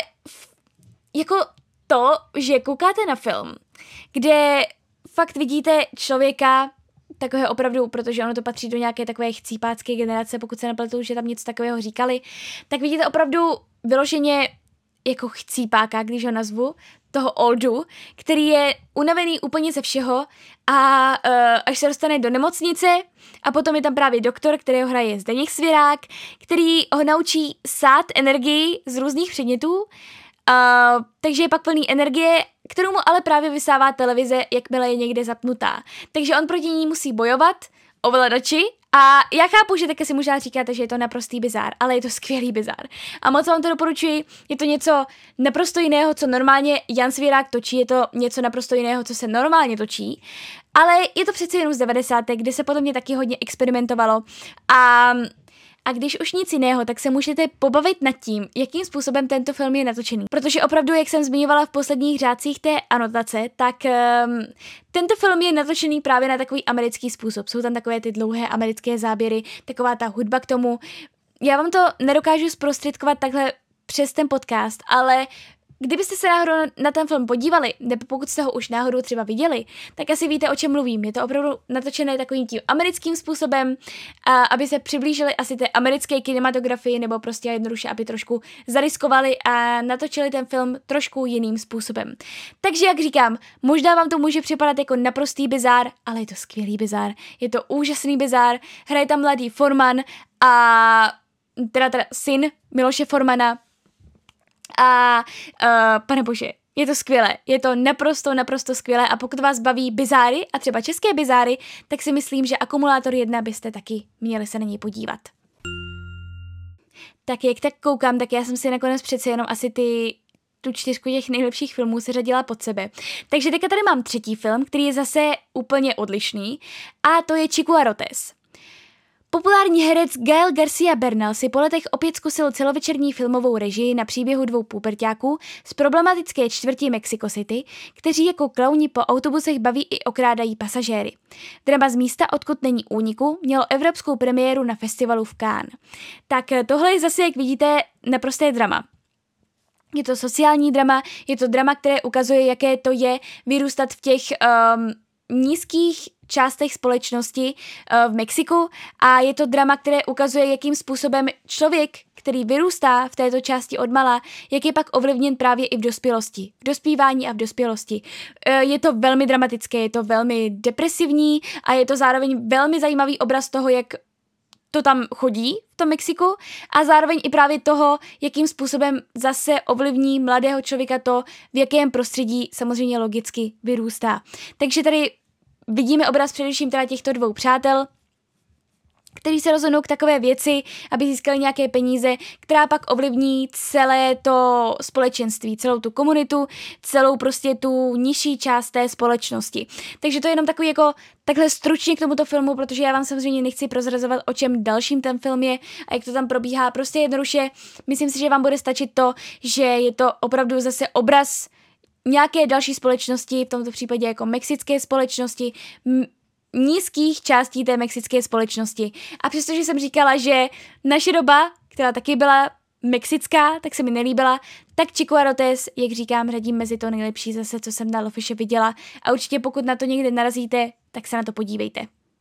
jako to, že koukáte na film, kde fakt vidíte člověka, takového opravdu, protože ono to patří do nějaké takové chcípácké generace, pokud se nepletu, že tam něco takového říkali, tak vidíte opravdu vyloženě jako chcípáka, když ho nazvu, toho Oldu, který je unavený úplně ze všeho a až se dostane do nemocnice a potom je tam právě doktor, kterého hraje Zdeněk Svěrák, který ho naučí sát energii z různých předmětů, takže je pak plný energie, kterou mu ale právě vysává televize, jakmile je někde zapnutá. Takže on proti ní musí bojovat, ovladači. A já chápu, že také si možná říkáte, že je to naprostý bizár, ale je to skvělý bizár. A moc vám to doporučuji, je to něco naprosto jiného, co normálně Jan Svěrák točí, je to něco naprosto jiného, co se normálně točí, ale je to přeci jenom z 90. kde se potom mě taky hodně experimentovalo a když už nic jiného, tak se můžete pobavit nad tím, jakým způsobem tento film je natočený. Protože opravdu, jak jsem zmiňovala v posledních řádcích té anotace, tak tento film je natočený právě na takový americký způsob. Jsou tam takové ty dlouhé americké záběry, taková ta hudba k tomu. Já vám to nedokážu zprostředkovat takhle přes ten podcast, ale kdybyste se náhodou na ten film podívali, nebo pokud jste ho už náhodou třeba viděli, tak asi víte, o čem mluvím. Je to opravdu natočené takovým tím americkým způsobem, aby se přiblížili asi té americké kinematografii, nebo prostě jednoduše, aby trošku zariskovali a natočili ten film trošku jiným způsobem. Takže, jak říkám, možná vám to může připadat jako naprostý bizár, ale je to skvělý bizár. Je to úžasný bizár. Hraje tam mladý Forman a teda syn Miloše Formana. A pane bože, je to skvělé, je to naprosto skvělé a pokud vás baví bizáry a třeba české bizáry, tak si myslím, že Akumulátor 1 byste taky měli se na něj podívat. Tak jak tak koukám, tak já jsem si nakonec přece jenom asi tu 4 těch nejlepších filmů seřadila pod sebe. Takže teďka tady mám 3. film, který je zase úplně odlišný a to je Chico a Rotes. Populární herec Gael García Bernal si po letech opět zkusil celovečerní filmovou režii na příběhu dvou puberťáků z problematické čtvrti Mexico City, kteří jako klauni po autobusech baví i okrádají pasažéry. Drama z místa, odkud není úniku, mělo evropskou premiéru na festivalu v Cannes. Tak tohle je zase, jak vidíte, naprosté drama. Je to sociální drama, je to drama, které ukazuje, jaké to je vyrůstat v těch nízkých částech společnosti v Mexiku a je to drama, které ukazuje, jakým způsobem člověk, který vyrůstá v této části odmala, jak je pak ovlivněn právě i v dospělosti, v dospívání a v dospělosti. Je to velmi dramatické, je to velmi depresivní a je to zároveň velmi zajímavý obraz toho, jak to tam chodí v tom Mexiku a zároveň i právě toho, jakým způsobem zase ovlivní mladého člověka to, v jakém prostředí samozřejmě logicky vyrůstá. Takže tady vidíme obraz především teda těchto dvou přátel, kteří se rozhodnou k takové věci, aby získali nějaké peníze, která pak ovlivní celé to společenství, celou tu komunitu, celou prostě tu nižší část té společnosti. Takže to je jenom takový jako takhle stručně k tomuto filmu, protože já vám samozřejmě nechci prozrazovat, o čem dalším ten film je a jak to tam probíhá. Prostě jednoduše, myslím si, že vám bude stačit to, že je to opravdu zase obraz nějaké další společnosti, v tomto případě jako mexické společnosti, nízkých částí té mexické společnosti. A přestože jsem říkala, že naše doba, která taky byla mexická, tak se mi nelíbila, tak Chico Arotes, jak říkám, řadím mezi to nejlepší zase, co jsem na Lofishe viděla. A určitě pokud na to někde narazíte, tak se na to podívejte.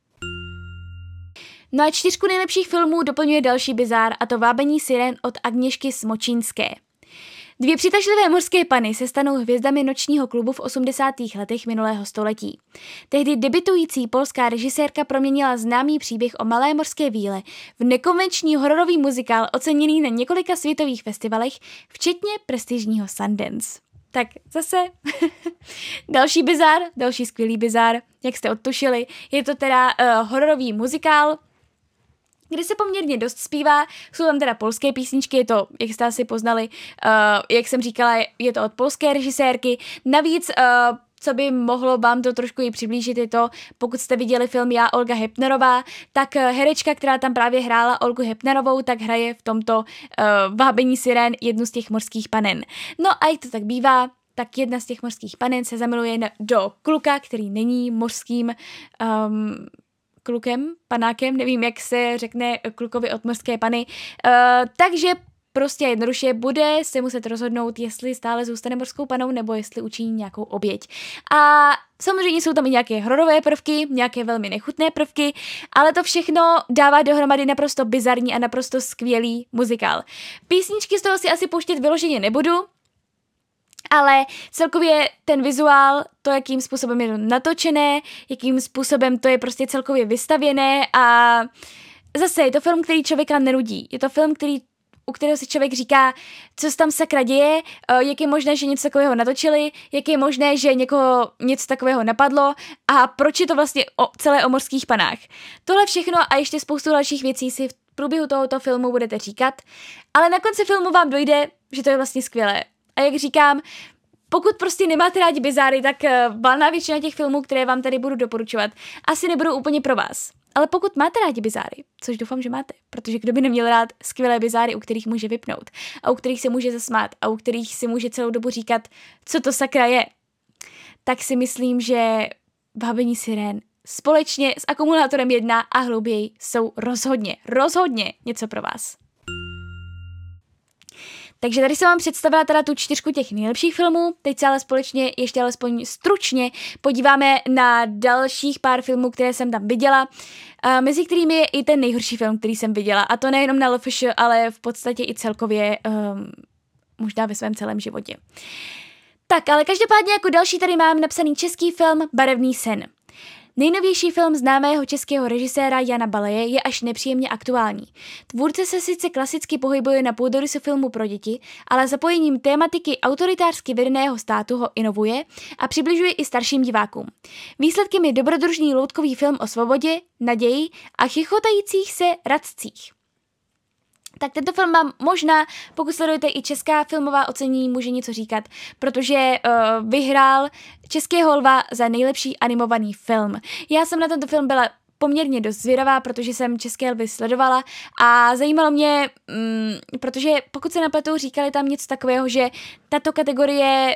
No a 4 nejlepších filmů doplňuje další bizár, a to Vábení sirén od Agněšky Smočínské. 2 přitažlivé mořské panny se stanou hvězdami nočního klubu v 80. letech minulého století. Tehdy debitující polská režisérka proměnila známý příběh o malé mořské víle v nekonvenční hororový muzikál oceněný na několika světových festivalech, včetně prestižního Sundance. Tak zase další bizár, další skvělý bizár, jak jste odtušili. Je to teda hororový muzikál, kde se poměrně dost zpívá, jsou tam teda polské písničky, je to, jak jste asi poznali, jak jsem říkala, je to od polské režisérky. Navíc, co by mohlo vám to trošku i přiblížit, je to, pokud jste viděli film Já, Olga Hepnerová, tak herečka, která tam právě hrála Olgu Hepnerovou, tak hraje v tomto Vábení sirén jednu z těch mořských panen. No a jak to tak bývá, tak jedna z těch mořských panen se zamiluje do kluka, který není mořským klukem, panákem, nevím, jak se řekne klukovi od mořské pany, takže prostě jednoduše bude se muset rozhodnout, jestli stále zůstane mořskou panou, nebo jestli učiní nějakou oběť. A samozřejmě jsou tam i nějaké hororové prvky, nějaké velmi nechutné prvky, ale to všechno dává dohromady naprosto bizarní a naprosto skvělý muzikál. Písničky z toho si asi pouštět vyloženě nebudu, ale celkově ten vizuál, to, jakým způsobem je to natočené, jakým způsobem to je prostě celkově vystavěné a zase je to film, který člověka nenudí. Je to film, u kterého si člověk říká, co se tam sakra děje, jak je možné, že něco takového natočili, jak je možné, že někoho něco takového napadlo a proč je to vlastně celé o mořských panách. Tohle všechno a ještě spoustu dalších věcí si v průběhu tohoto filmu budete říkat, ale na konci filmu vám dojde, že to je vlastně skvělé. A jak říkám, pokud prostě nemáte rádi bizáry, tak valná většina těch filmů, které vám tady budu doporučovat, asi nebudou úplně pro vás. Ale pokud máte rádi bizáry, což doufám, že máte, protože kdo by neměl rád skvělé bizáry, u kterých může vypnout a u kterých se může zasmát a u kterých si může celou dobu říkat, co to sakra je, tak si myslím, že Vábení sirén společně s Akumulátorem 1 a Hlouběji jsou rozhodně něco pro vás. Takže tady jsem vám představila teda tu 4 těch nejlepších filmů, teď se ale společně ještě alespoň stručně podíváme na dalších pár filmů, které jsem tam viděla, mezi kterými je i ten nejhorší film, který jsem viděla, a to nejenom na Lofishe, ale v podstatě i celkově možná ve svém celém životě. Tak, ale každopádně jako další tady mám napsaný český film Barevný sen. Nejnovější film známého českého režiséra Jana Baleje je až nepříjemně aktuální. Tvůrce se sice klasicky pohybuje na půdorysu filmu pro děti, ale zapojením tématiky autoritářsky vedeného státu ho inovuje a přibližuje i starším divákům. Výsledkem je dobrodružný loutkový film o svobodě, naději a chichotajících se radcích. Tak tento film mám možná, pokud sledujete i česká filmová ocenění, může něco říkat, protože vyhrál Českého lva za nejlepší animovaný film. Já jsem na tento film byla poměrně dost zvědavá, protože jsem české lvy sledovala a zajímalo mě, protože pokud se nepletu, říkali tam něco takového, že tato kategorie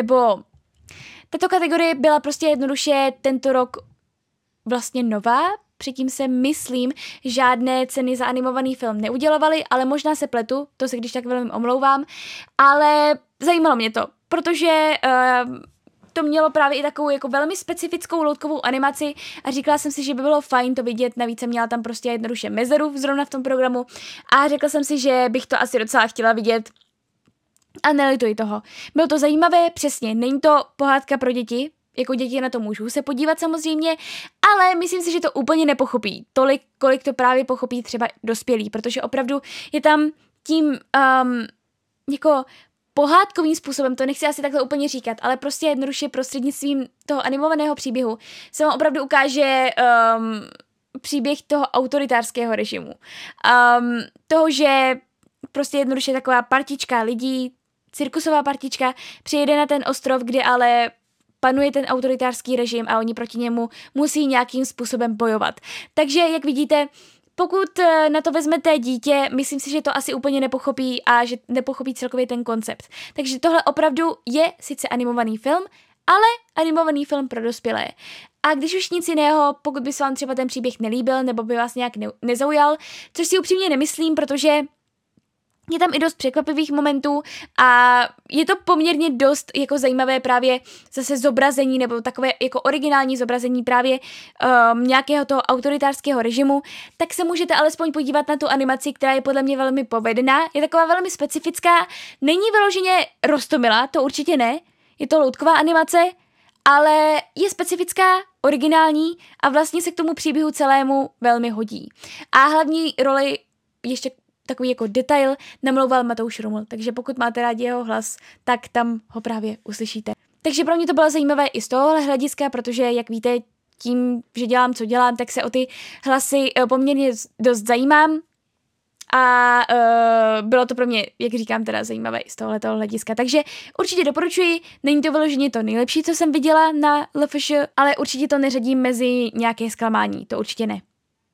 byla prostě jednoduše tento rok vlastně nová. Předtím se, myslím, žádné ceny za animovaný film neudělovaly, ale možná se pletu, to se když tak velmi omlouvám, ale zajímalo mě to, protože to mělo právě i takovou jako velmi specifickou loutkovou animaci a říkala jsem si, že by bylo fajn to vidět, navíc jsem měla tam prostě jednoduše mezeru zrovna v tom programu a řekla jsem si, že bych to asi docela chtěla vidět a nelituji toho. Bylo to zajímavé, přesně, není to pohádka pro děti, jako děti na to můžou se podívat samozřejmě, ale myslím si, že to úplně nepochopí tolik, kolik to právě pochopí třeba dospělí, protože opravdu je tam tím jako pohádkovým způsobem, to nechci asi takhle úplně říkat, ale prostě jednoduše prostřednictvím toho animovaného příběhu se vám opravdu ukáže příběh toho autoritářského režimu. Toho, že prostě jednoduše taková partička lidí, cirkusová partička, přijede na ten ostrov, kde ale panuje ten autoritářský režim a oni proti němu musí nějakým způsobem bojovat. Takže, jak vidíte, pokud na to vezmete dítě, myslím si, že to asi úplně nepochopí a že nepochopí celkově ten koncept. Takže tohle opravdu je sice animovaný film, ale animovaný film pro dospělé. A když už nic jiného, pokud by se vám třeba ten příběh nelíbil nebo by vás nějak nezaujal, což si upřímně nemyslím, protože je tam i dost překvapivých momentů a je to poměrně dost jako zajímavé právě zase zobrazení nebo takové jako originální zobrazení právě nějakého toho autoritářského režimu, tak se můžete alespoň podívat na tu animaci, která je podle mě velmi povedená, je taková velmi specifická, není vyloženě roztomilá, to určitě ne, je to loutková animace, ale je specifická, originální a vlastně se k tomu příběhu celému velmi hodí. A hlavní roli ještě takový jako detail namlouval Matouš Ruml, takže pokud máte rádi jeho hlas, tak tam ho právě uslyšíte. Takže pro mě to bylo zajímavé i z tohohle hlediska, protože jak víte, tím, že dělám, co dělám, tak se o ty hlasy poměrně dost zajímám a bylo to pro mě, jak říkám, teda zajímavé i z tohohletoho hlediska. Takže určitě doporučuji, není to vyloženě to nejlepší, co jsem viděla na LFŠ, ale určitě to neřadím mezi nějaké zklamání, to určitě ne.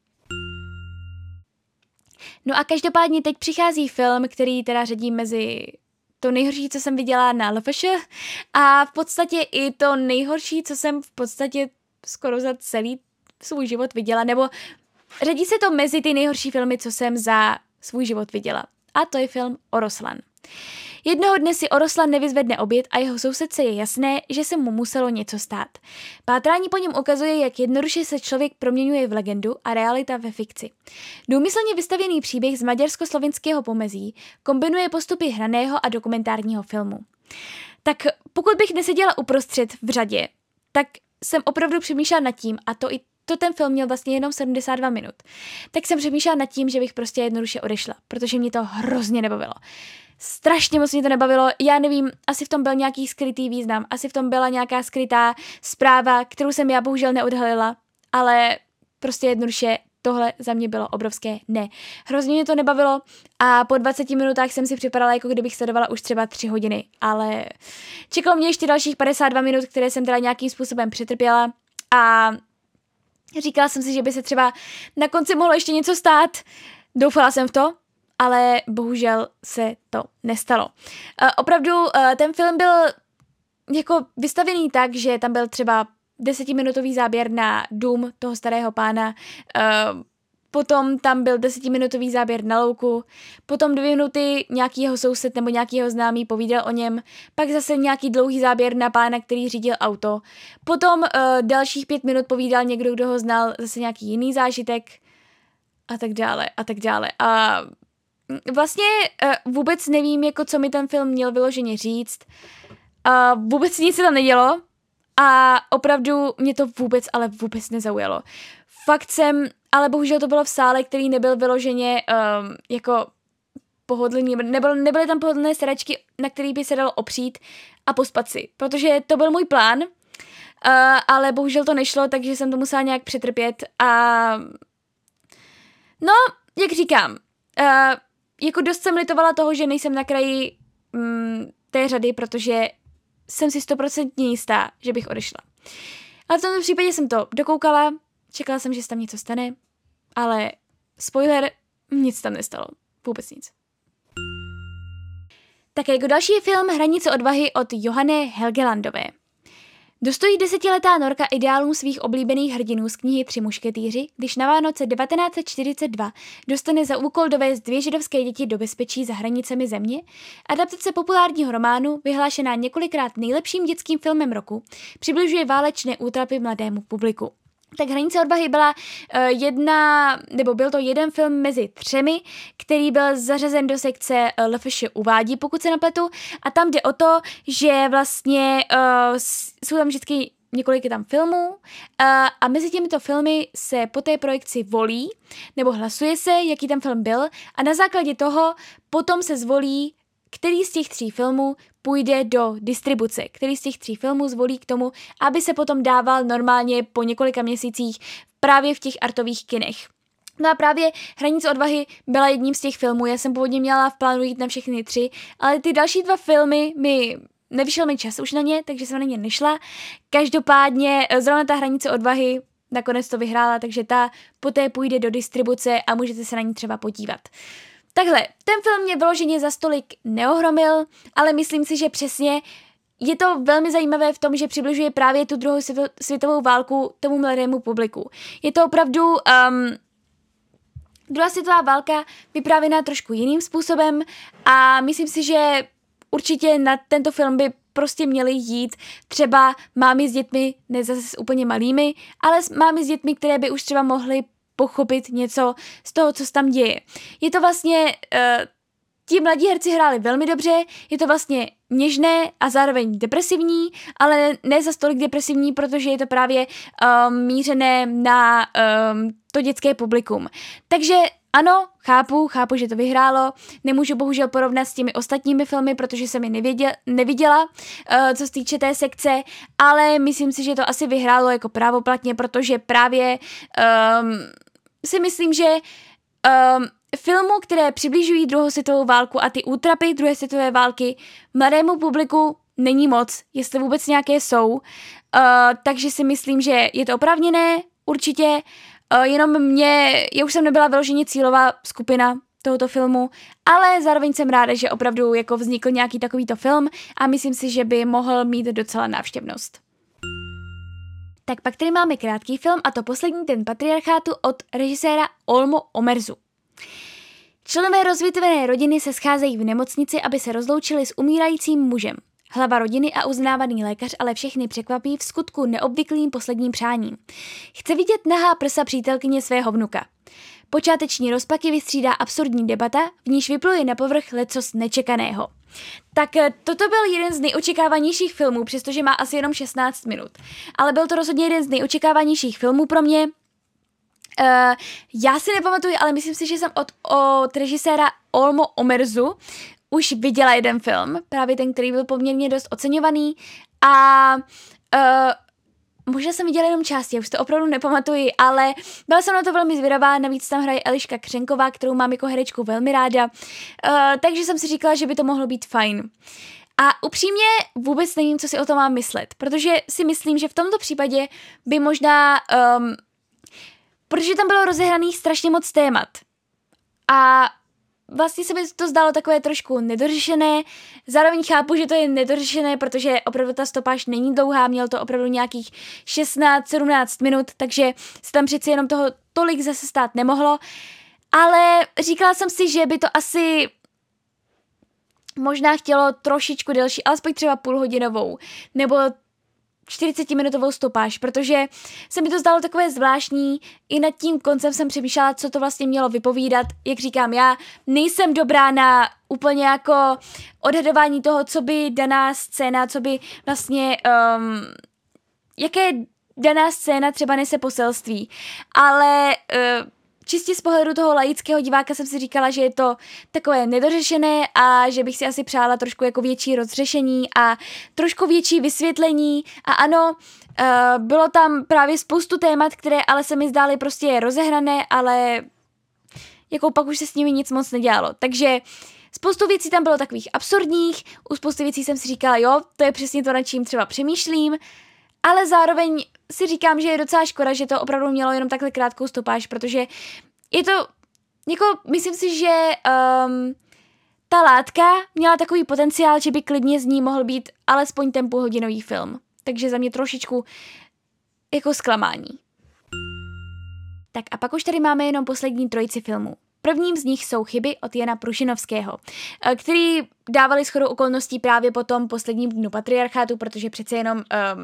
No a každopádně teď přichází film, který teda řadím mezi to nejhorší, co jsem viděla na LFŠ a v podstatě i to nejhorší, co jsem v podstatě skoro za celý svůj život viděla, nebo řadí se to mezi ty nejhorší filmy, co jsem za svůj život viděla. A to je film Oroslan. Jednoho dne si Oroslan nevyzvedne oběd a jeho sousedce je jasné, že se mu muselo něco stát. Pátrání po něm ukazuje, jak jednoduše se člověk proměňuje v legendu a realita ve fikci. Důmyslně vystavěný příběh z maďarsko-slovinského pomezí kombinuje postupy hraného a dokumentárního filmu. Tak pokud bych neseděla uprostřed v řadě, tak jsem opravdu přemýšlela nad tím, a to ten film měl vlastně jenom 72 minut, tak jsem přemýšlela nad tím, že bych prostě jednoduše odešla, protože mě to hrozně nebavilo. Strašně moc mě to nebavilo, já nevím, asi v tom byl nějaký skrytý význam, asi v tom byla nějaká skrytá zpráva, kterou jsem já bohužel neodhalila, ale prostě jednoduše tohle za mě bylo obrovské ne. Hrozně mě to nebavilo a po 20 minutách jsem si připadala, jako kdybych sledovala už třeba 3 hodiny, ale čekalo mě ještě dalších 52 minut, které jsem teda nějakým způsobem přetrpěla a říkala jsem si, že by se třeba na konci mohlo ještě něco stát, doufala jsem v to, ale bohužel se to nestalo. Opravdu ten film byl jako vystavený tak, že tam byl třeba 10-minutový záběr na dům toho starého pána, potom tam byl 10-minutový záběr na louku, potom 2 minuty nějaký jeho soused nebo nějaký jeho známý povídal o něm, pak zase nějaký dlouhý záběr na pána, který řídil auto, potom dalších 5 minut povídal někdo, kdo ho znal, zase nějaký jiný zážitek a tak dále a tak dále. A vlastně vůbec nevím, jako co mi ten film měl vyloženě říct. Vůbec nic se tam nedělo a opravdu mě to vůbec, ale vůbec nezaujalo. Fakt jsem, ale bohužel to bylo v sále, který nebyl vyloženě jako pohodlný, nebyly tam pohodlné sedačky, na který by se dalo opřít a pospat si, protože to byl můj plán, ale bohužel to nešlo, takže jsem to musela nějak přetrpět a no, jak říkám, jako dost jsem litovala toho, že nejsem na kraji té řady, protože jsem si 100% jistá, že bych odešla. Ale v tomto případě jsem to dokoukala, čekala jsem, že se tam něco stane, ale spoiler, nic tam nestalo. Vůbec nic. Také jako další je film Hranice odvahy od Johanny Helgelandové. Dostojí 10letá Norka ideálům svých oblíbených hrdinů z knihy Tři mušketýři, když na Vánoce 1942 dostane za úkol dovést 2 židovské děti do bezpečí za hranicemi země. Adaptace populárního románu, vyhlášená několikrát nejlepším dětským filmem roku, přibližuje válečné útrapy mladému publiku. Tak Hranice odvahy byla byl to jeden film mezi 3, který byl zařazen do sekce LFŠ uvádí, pokud se nepletu. A tam jde o to, že vlastně jsou tam vždycky několik tam filmů a mezi těmito filmy se po té projekci volí, nebo hlasuje se, jaký tam film byl a na základě toho potom se zvolí, který z těch 3 filmů půjde do distribuce, který z těch 3 filmů zvolí k tomu, aby se potom dával normálně po několika měsících právě v těch artových kinech. No a právě Hranice odvahy byla jedním z těch filmů, já jsem původně měla v plánu jít na všechny 3, ale ty další 2 filmy nevyšel mi čas už na ně, takže jsem na ně nešla. Každopádně zrovna ta Hranice odvahy nakonec to vyhrála, takže ta poté půjde do distribuce a můžete se na ní třeba podívat. Takhle, ten film mě vyloženě za stolik neohromil, ale myslím si, že přesně je to velmi zajímavé v tom, že přibližuje právě tu druhou světovou válku tomu mladému publiku. Je to opravdu druhá světová válka vyprávěná trošku jiným způsobem a myslím si, že určitě na tento film by prostě měly jít třeba mámy s dětmi, ne zase s úplně malými, ale s mámy s dětmi, které by už třeba mohly pochopit něco z toho, co se tam děje. Je to vlastně, ti mladí herci hráli velmi dobře, je to vlastně něžné a zároveň depresivní, ale ne za tolik depresivní, protože je to právě mířené na to dětské publikum. Takže ano, chápu, že to vyhrálo, nemůžu bohužel porovnat s těmi ostatními filmy, protože jsem je neviděla, co se týče té sekce, ale myslím si, že to asi vyhrálo jako právoplatně, protože právě si myslím, že filmů, které přibližují druhou světovou válku a ty útrapy druhé světové války mladému publiku není moc, jestli vůbec nějaké jsou, takže si myslím, že je to oprávněné, určitě, jenom já už jsem nebyla vyloženě cílová skupina tohoto filmu, ale zároveň jsem ráda, že opravdu jako vznikl nějaký takovýto film a myslím si, že by mohl mít docela návštěvnost. Tak pak tady máme krátký film a to Poslední den patriarchátu od režiséra Olmo Omerzu. Členové rozvětvené rodiny se scházejí v nemocnici, aby se rozloučili s umírajícím mužem. Hlava rodiny a uznávaný lékař ale všechny překvapí v skutku neobvyklým posledním přáním. Chce vidět nahá prsa přítelkyně svého vnuka. Počáteční rozpaky vystřídá absurdní debata, v níž vypluje na povrch lecos nečekaného. Tak toto byl jeden z nejočekávanějších filmů, přestože má asi jenom 16 minut. Ale byl to rozhodně jeden z nejočekávanějších filmů pro mě. Já si nepamatuji, ale myslím si, že jsem od režiséra Olmo Omerzu už viděla jeden film, právě ten, který byl poměrně dost oceňovaný a možná jsem viděla jenom části, já už to opravdu nepamatuji, ale byla jsem na to velmi zvědavá, navíc tam hraje Eliška Křenková, kterou mám jako herečku velmi ráda, takže jsem si říkala, že by to mohlo být fajn. A upřímně vůbec nevím, co si o tom mám myslet, protože si myslím, že v tomto případě by možná, protože tam bylo rozehraných strašně moc témat a vlastně se mi to zdálo takové trošku nedořešené, zároveň chápu, že to je nedořešené, protože opravdu ta stopáž není dlouhá, měl to opravdu nějakých 16-17 minut, takže se tam přeci jenom toho tolik zase stát nemohlo, ale říkala jsem si, že by to asi možná chtělo trošičku delší, alespoň třeba půlhodinovou, nebo 40-minutovou stopáž, protože se mi to zdálo takové zvláštní, i nad tím koncem jsem přemýšlela, co to vlastně mělo vypovídat, jak říkám, já nejsem dobrá na úplně jako odhadování toho, co by daná scéna, co by vlastně, jaké daná scéna třeba nese poselství, ale čistě z pohledu toho laického diváka jsem si říkala, že je to takové nedořešené a že bych si asi přála trošku jako větší rozřešení a trošku větší vysvětlení a ano, bylo tam právě spoustu témat, které ale se mi zdály prostě rozehrané, ale jako pak už se s nimi nic moc nedělalo, takže spoustu věcí tam bylo takových absurdních, u spousty věcí jsem si říkala, jo, to je přesně to, nad čím třeba přemýšlím, ale zároveň si říkám, že je docela škoda, že to opravdu mělo jenom takhle krátkou stopáž, protože je to, jako myslím si, že ta látka měla takový potenciál, že by klidně z ní mohl být alespoň ten půlhodinový film. Takže za mě trošičku jako zklamání. Tak a pak už tady máme jenom poslední trojici filmů. Prvním z nich jsou Chyby od Jana Prušinovského, který dávali shodou okolností právě po tom posledním dnu patriarchátu, protože přece jenom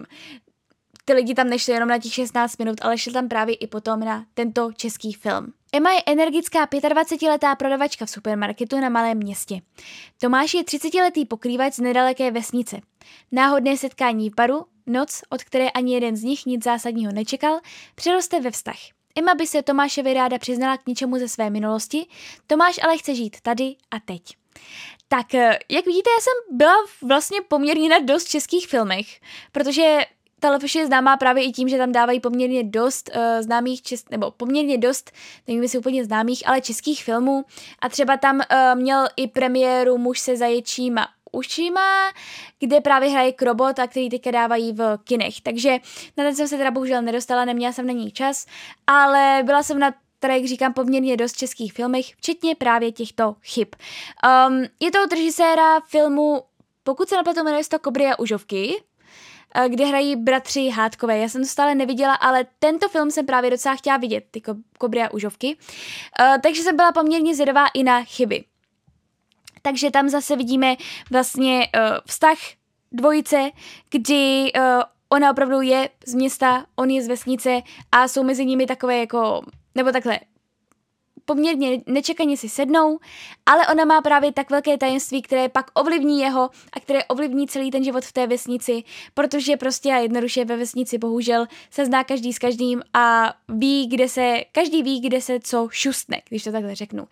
ty lidi tam nešli jenom na těch 16 minut, ale šli tam právě i potom na tento český film. Emma je energická 25letá prodavačka v supermarketu na malém městě. Tomáš je 30letý pokrývač z nedaleké vesnice. Náhodné setkání v baru, noc, od které ani jeden z nich nic zásadního nečekal, přeroste ve vztah. Emma by se Tomášovi ráda přiznala k něčemu ze své minulosti, Tomáš ale chce žít tady a teď. Tak, jak vidíte, já jsem byla vlastně poměrně na dost českých filmech, protože ta Lefoš je známá právě i tím, že tam dávají poměrně dost známých, nebo poměrně dost, nevím jestli úplně známých, ale českých filmů. A třeba tam měl i premiéru Muž se zaječíma ušima, kde právě hraje Krobot a který teďka dávají v kinech. Takže na ten jsem se teda bohužel nedostala, neměla jsem na něj čas, ale byla jsem na teda, jak říkám, poměrně dost českých filmech, včetně právě těchto chyb. Je to od režiséra filmu, pokud se nepletu, jmenuje se to Kobry a užovky, kde hrají bratři Hádkové. Já jsem to stále neviděla, ale tento film jsem právě docela chtěla vidět, ty Kobry a užovky. Takže jsem byla poměrně zvědavá i na Chyby. Takže tam zase vidíme vlastně vztah dvojice, kdy ona opravdu je z města, on je z vesnice a jsou mezi nimi takové jako, nebo takhle, poměrně nečekaně si sednou, ale ona má právě tak velké tajemství, které pak ovlivní jeho a které ovlivní celý ten život v té vesnici, protože prostě a jednoduše ve vesnici bohužel se zná každý s každým a každý ví, kde se co šustne, když to takhle řeknu.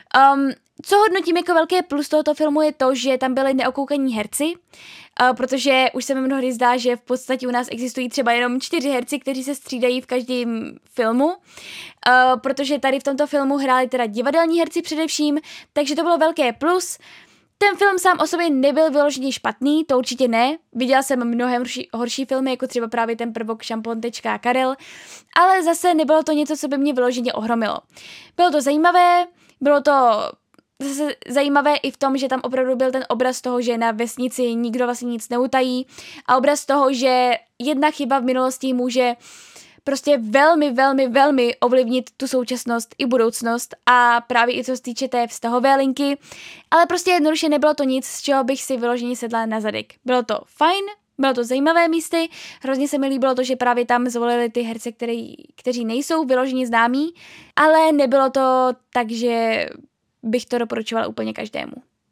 Co hodnotím jako velké plus tohoto filmu je to, že tam byli neokoukaní herci, protože už se mi mnohdy zdá, že v podstatě u nás existují třeba jenom 4 herci, kteří se střídají v každém filmu, protože tady v tomto filmu hráli teda divadelní herci především, takže to bylo velké plus. Ten film sám o sobě nebyl vyloženě špatný, to určitě ne. Viděla jsem mnohem horší filmy, jako třeba právě ten prvok Šampon tečka Karel, ale zase nebylo to něco, co by mě vyloženě ohromilo. Bylo to zajímavé, bylo to zase zajímavé i v tom, že tam opravdu byl ten obraz toho, že na vesnici nikdo vlastně nic neutají a obraz toho, že jedna chyba v minulosti může prostě velmi, velmi, velmi ovlivnit tu současnost i budoucnost a právě i co se týče té vztahové linky, ale prostě jednoduše nebylo to nic, z čeho bych si vyloženě sedla na zadek. Bylo to fajn, bylo to zajímavé místy, hrozně se mi líbilo to, že právě tam zvolili ty herce, kteří nejsou vyloženě známí, ale nebylo to tak, že bych to doporučovala úplně každému.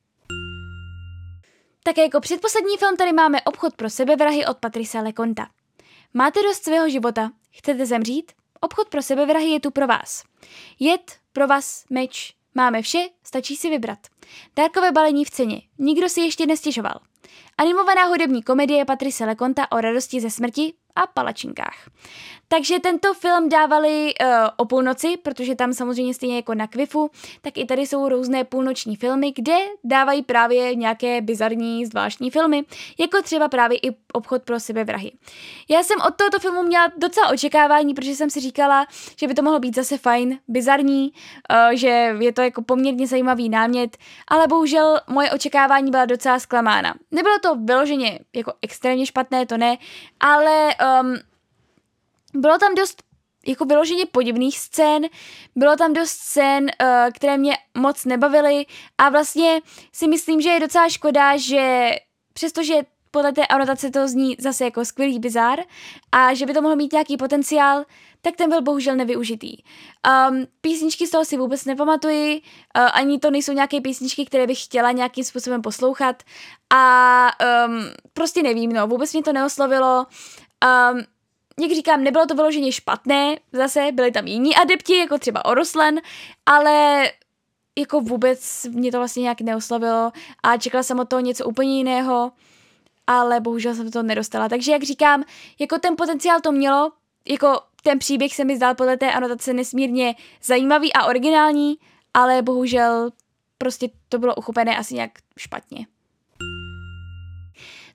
Tak jako předposlední film tady máme Obchod pro sebevrahy od Patrice Leconta. Máte dost svého života? Chcete zemřít? Obchod pro sebevrahy je tu pro vás. Jed, provaz, meč. Máme vše, stačí si vybrat. Dárkové balení v ceně. Nikdo si ještě nestěžoval. Animovaná hudební komedie Patrice Leconta o radosti ze smrti a palačinkách. Takže tento film dávali o půlnoci, protože tam samozřejmě stejně jako na Kvifu, tak i tady jsou různé půlnoční filmy, kde dávají právě nějaké bizarní, zvláštní filmy, jako třeba právě i Obchod pro sebevrahy. Já jsem od tohoto filmu měla docela očekávání, protože jsem si říkala, že by to mohlo být zase fajn, bizarní, že je to jako poměrně zajímavý námět, ale bohužel moje očekávání byla docela zklamána. Nebylo to vyloženě jako extrémně špatné, to ne, ale bylo tam dost jako vyloženě podivných scén, bylo tam dost scén, které mě moc nebavily a vlastně si myslím, že je docela škoda, že přestože podle té anotace to zní zase jako skvělý bizár a že by to mohlo mít nějaký potenciál, tak ten byl bohužel nevyužitý. Písničky z toho si vůbec nepamatuji, ani to nejsou nějaké písničky, které bych chtěla nějakým způsobem poslouchat a prostě nevím, no, vůbec mě to neoslovilo. Jak říkám, nebylo to vyloženě špatné, zase byli tam jiní adepti, jako třeba Oroslen, ale jako vůbec mě to vlastně nějak neoslovilo a čekala jsem od toho něco úplně jiného, ale bohužel jsem to nedostala. Takže jak říkám, jako ten potenciál to mělo, jako ten příběh se mi zdál podle té anotace nesmírně zajímavý a originální, ale bohužel prostě to bylo uchopené asi nějak špatně.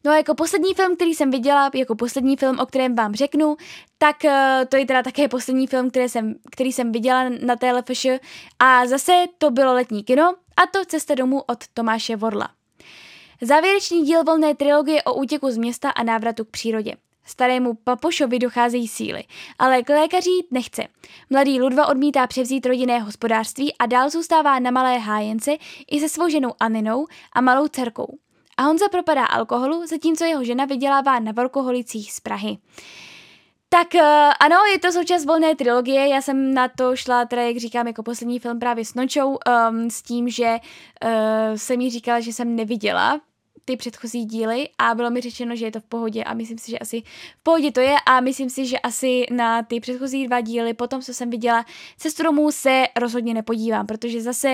No a jako poslední film, který jsem viděla, jako poslední film, o kterém vám řeknu, tak to je teda také poslední film, který jsem viděla na TLFŠ a zase to bylo letní kino a to Cesta domů od Tomáše Vorla. Závěrečný díl volné trilogie o útěku z města a návratu k přírodě. Starému Papošovi docházejí síly, ale k lékaři jít nechce. Mladý Ludva odmítá převzít rodinné hospodářství a dál zůstává na Malé Hájence i se svou ženou Aninou a malou dcerkou. A Honza propadá alkoholu, zatímco jeho žena vydělává na workoholicích z Prahy. Tak ano, je to součást volné trilogie, já jsem na to šla, teda jak říkám, jako poslední film právě s Nočou, s tím, že jsem jí říkala, že jsem neviděla ty předchozí díly a bylo mi řečeno, že je to v pohodě a myslím si, že asi v pohodě to je a myslím si, že asi na ty předchozí 2 díly, potom co jsem viděla Cestu domů, se rozhodně nepodívám, protože zase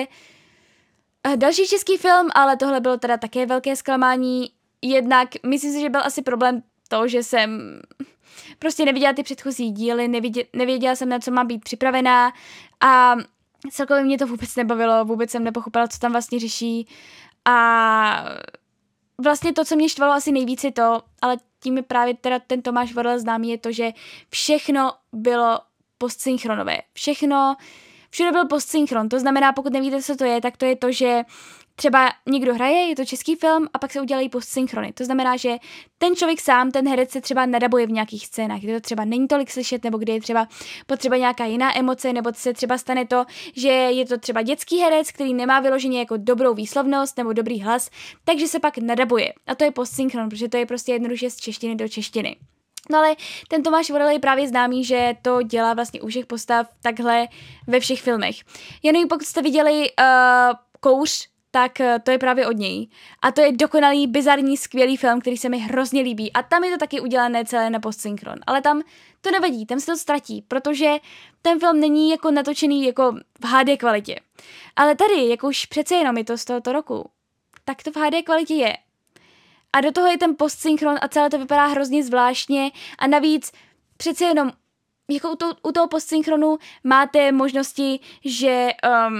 další český film, ale tohle bylo teda také velké zklamání, jednak myslím si, že byl asi problém to, že jsem prostě neviděla ty předchozí díly, nevěděla jsem, na co mám být připravená a celkově mě to vůbec nebavilo, vůbec jsem nepochopila, co tam vlastně řeší a vlastně to, co mě štvalo asi nejvíc je to, ale tím je právě teda ten Tomáš Vorel známý, je to, že všechno bylo postsynchronové. Všude byl postsynchron, to znamená, pokud nevíte, co to je, tak to je to, že třeba někdo hraje, je to český film a pak se udělají postsynchrony. To znamená, že ten člověk sám, ten herec se třeba nadabuje v nějakých scénách, kde to třeba není tolik slyšet, nebo kde je třeba potřeba nějaká jiná emoce, nebo se třeba stane to, že je to třeba dětský herec, který nemá vyloženě jako dobrou výslovnost nebo dobrý hlas, takže se pak nadabuje. A to je postsynchron, protože to je prostě jednoduše z češtiny do češtiny. No ale ten Tomáš Vorel je právě známý, že to dělá vlastně u všech postav takhle ve všech filmech. Já nevím, pokud jste viděli Kouř, tak to je právě od něj. A to je dokonalý, bizarní, skvělý film, který se mi hrozně líbí. A tam je to taky udělané celé na postsynchron. Ale tam to nevadí, tam se to ztratí, protože ten film není jako natočený jako v HD kvalitě. Ale tady, jako už přece jenom je to z tohoto roku, tak to v HD kvalitě je. A do toho je ten postsynchron a celé to vypadá hrozně zvláštně a navíc přece jenom jako u toho postsynchronu máte možnosti, že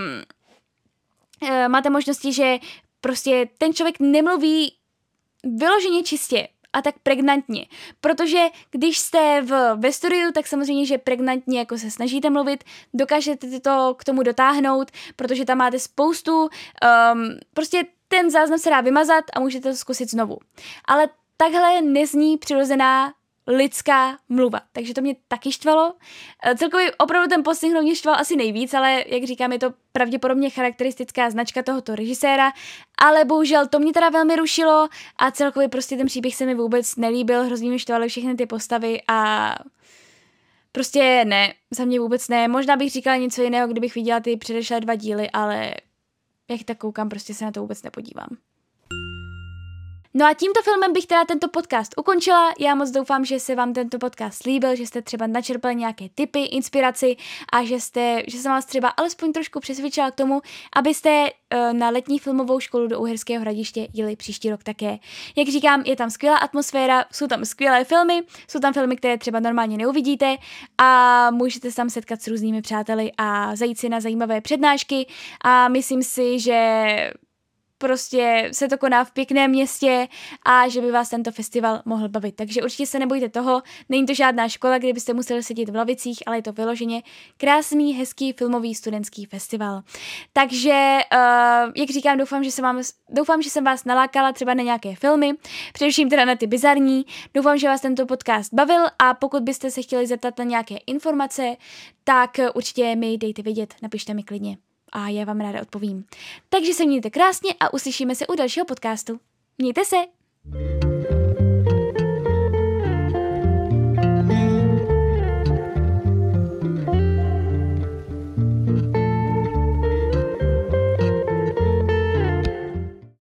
prostě ten člověk nemluví vyloženě čistě a tak pregnantně, protože když jste ve studiu, tak samozřejmě, že pregnantně jako se snažíte mluvit, dokážete to k tomu dotáhnout, protože tam máte spoustu, prostě ten záznam se dá vymazat a můžete to zkusit znovu. Ale takhle nezní přirozená lidská mluva. Takže to mě taky štvalo. Celkově opravdu ten postsynchron mě štval asi nejvíc, ale jak říkám, je to pravděpodobně charakteristická značka tohoto režiséra, ale bohužel to mě teda velmi rušilo a celkově prostě ten příběh se mi vůbec nelíbil, hrozně mě štvaly všechny ty postavy a prostě ne, za mě vůbec ne. Možná bych říkala něco jiného, kdybych viděla ty předešlé 2 díly, ale jak tak koukám, prostě se na to vůbec nepodívám. No a tímto filmem bych teda tento podcast ukončila. Já moc doufám, že se vám tento podcast líbil, že jste třeba načerpali nějaké tipy, inspiraci a že jsem vás třeba alespoň trošku přesvědčila k tomu, abyste na letní filmovou školu do Uherského Hradiště jeli příští rok také. Jak říkám, je tam skvělá atmosféra, jsou tam skvělé filmy, jsou tam filmy, které třeba normálně neuvidíte a můžete se tam setkat s různými přáteli a zajít si na zajímavé přednášky a myslím si, že prostě se to koná v pěkném městě a že by vás tento festival mohl bavit. Takže určitě se nebojte toho, není to žádná škola, kde byste museli sedět v lavicích, ale je to vyloženě krásný, hezký filmový studentský festival. Takže, jak říkám, doufám, že jsem vás nalákala třeba na nějaké filmy, především teda na ty bizarní. Doufám, že vás tento podcast bavil a pokud byste se chtěli zeptat na nějaké informace, tak určitě mi dejte vědět, napište mi klidně. A já vám ráda odpovím. Takže se mějte krásně a uslyšíme se u dalšího podcastu. Mějte se!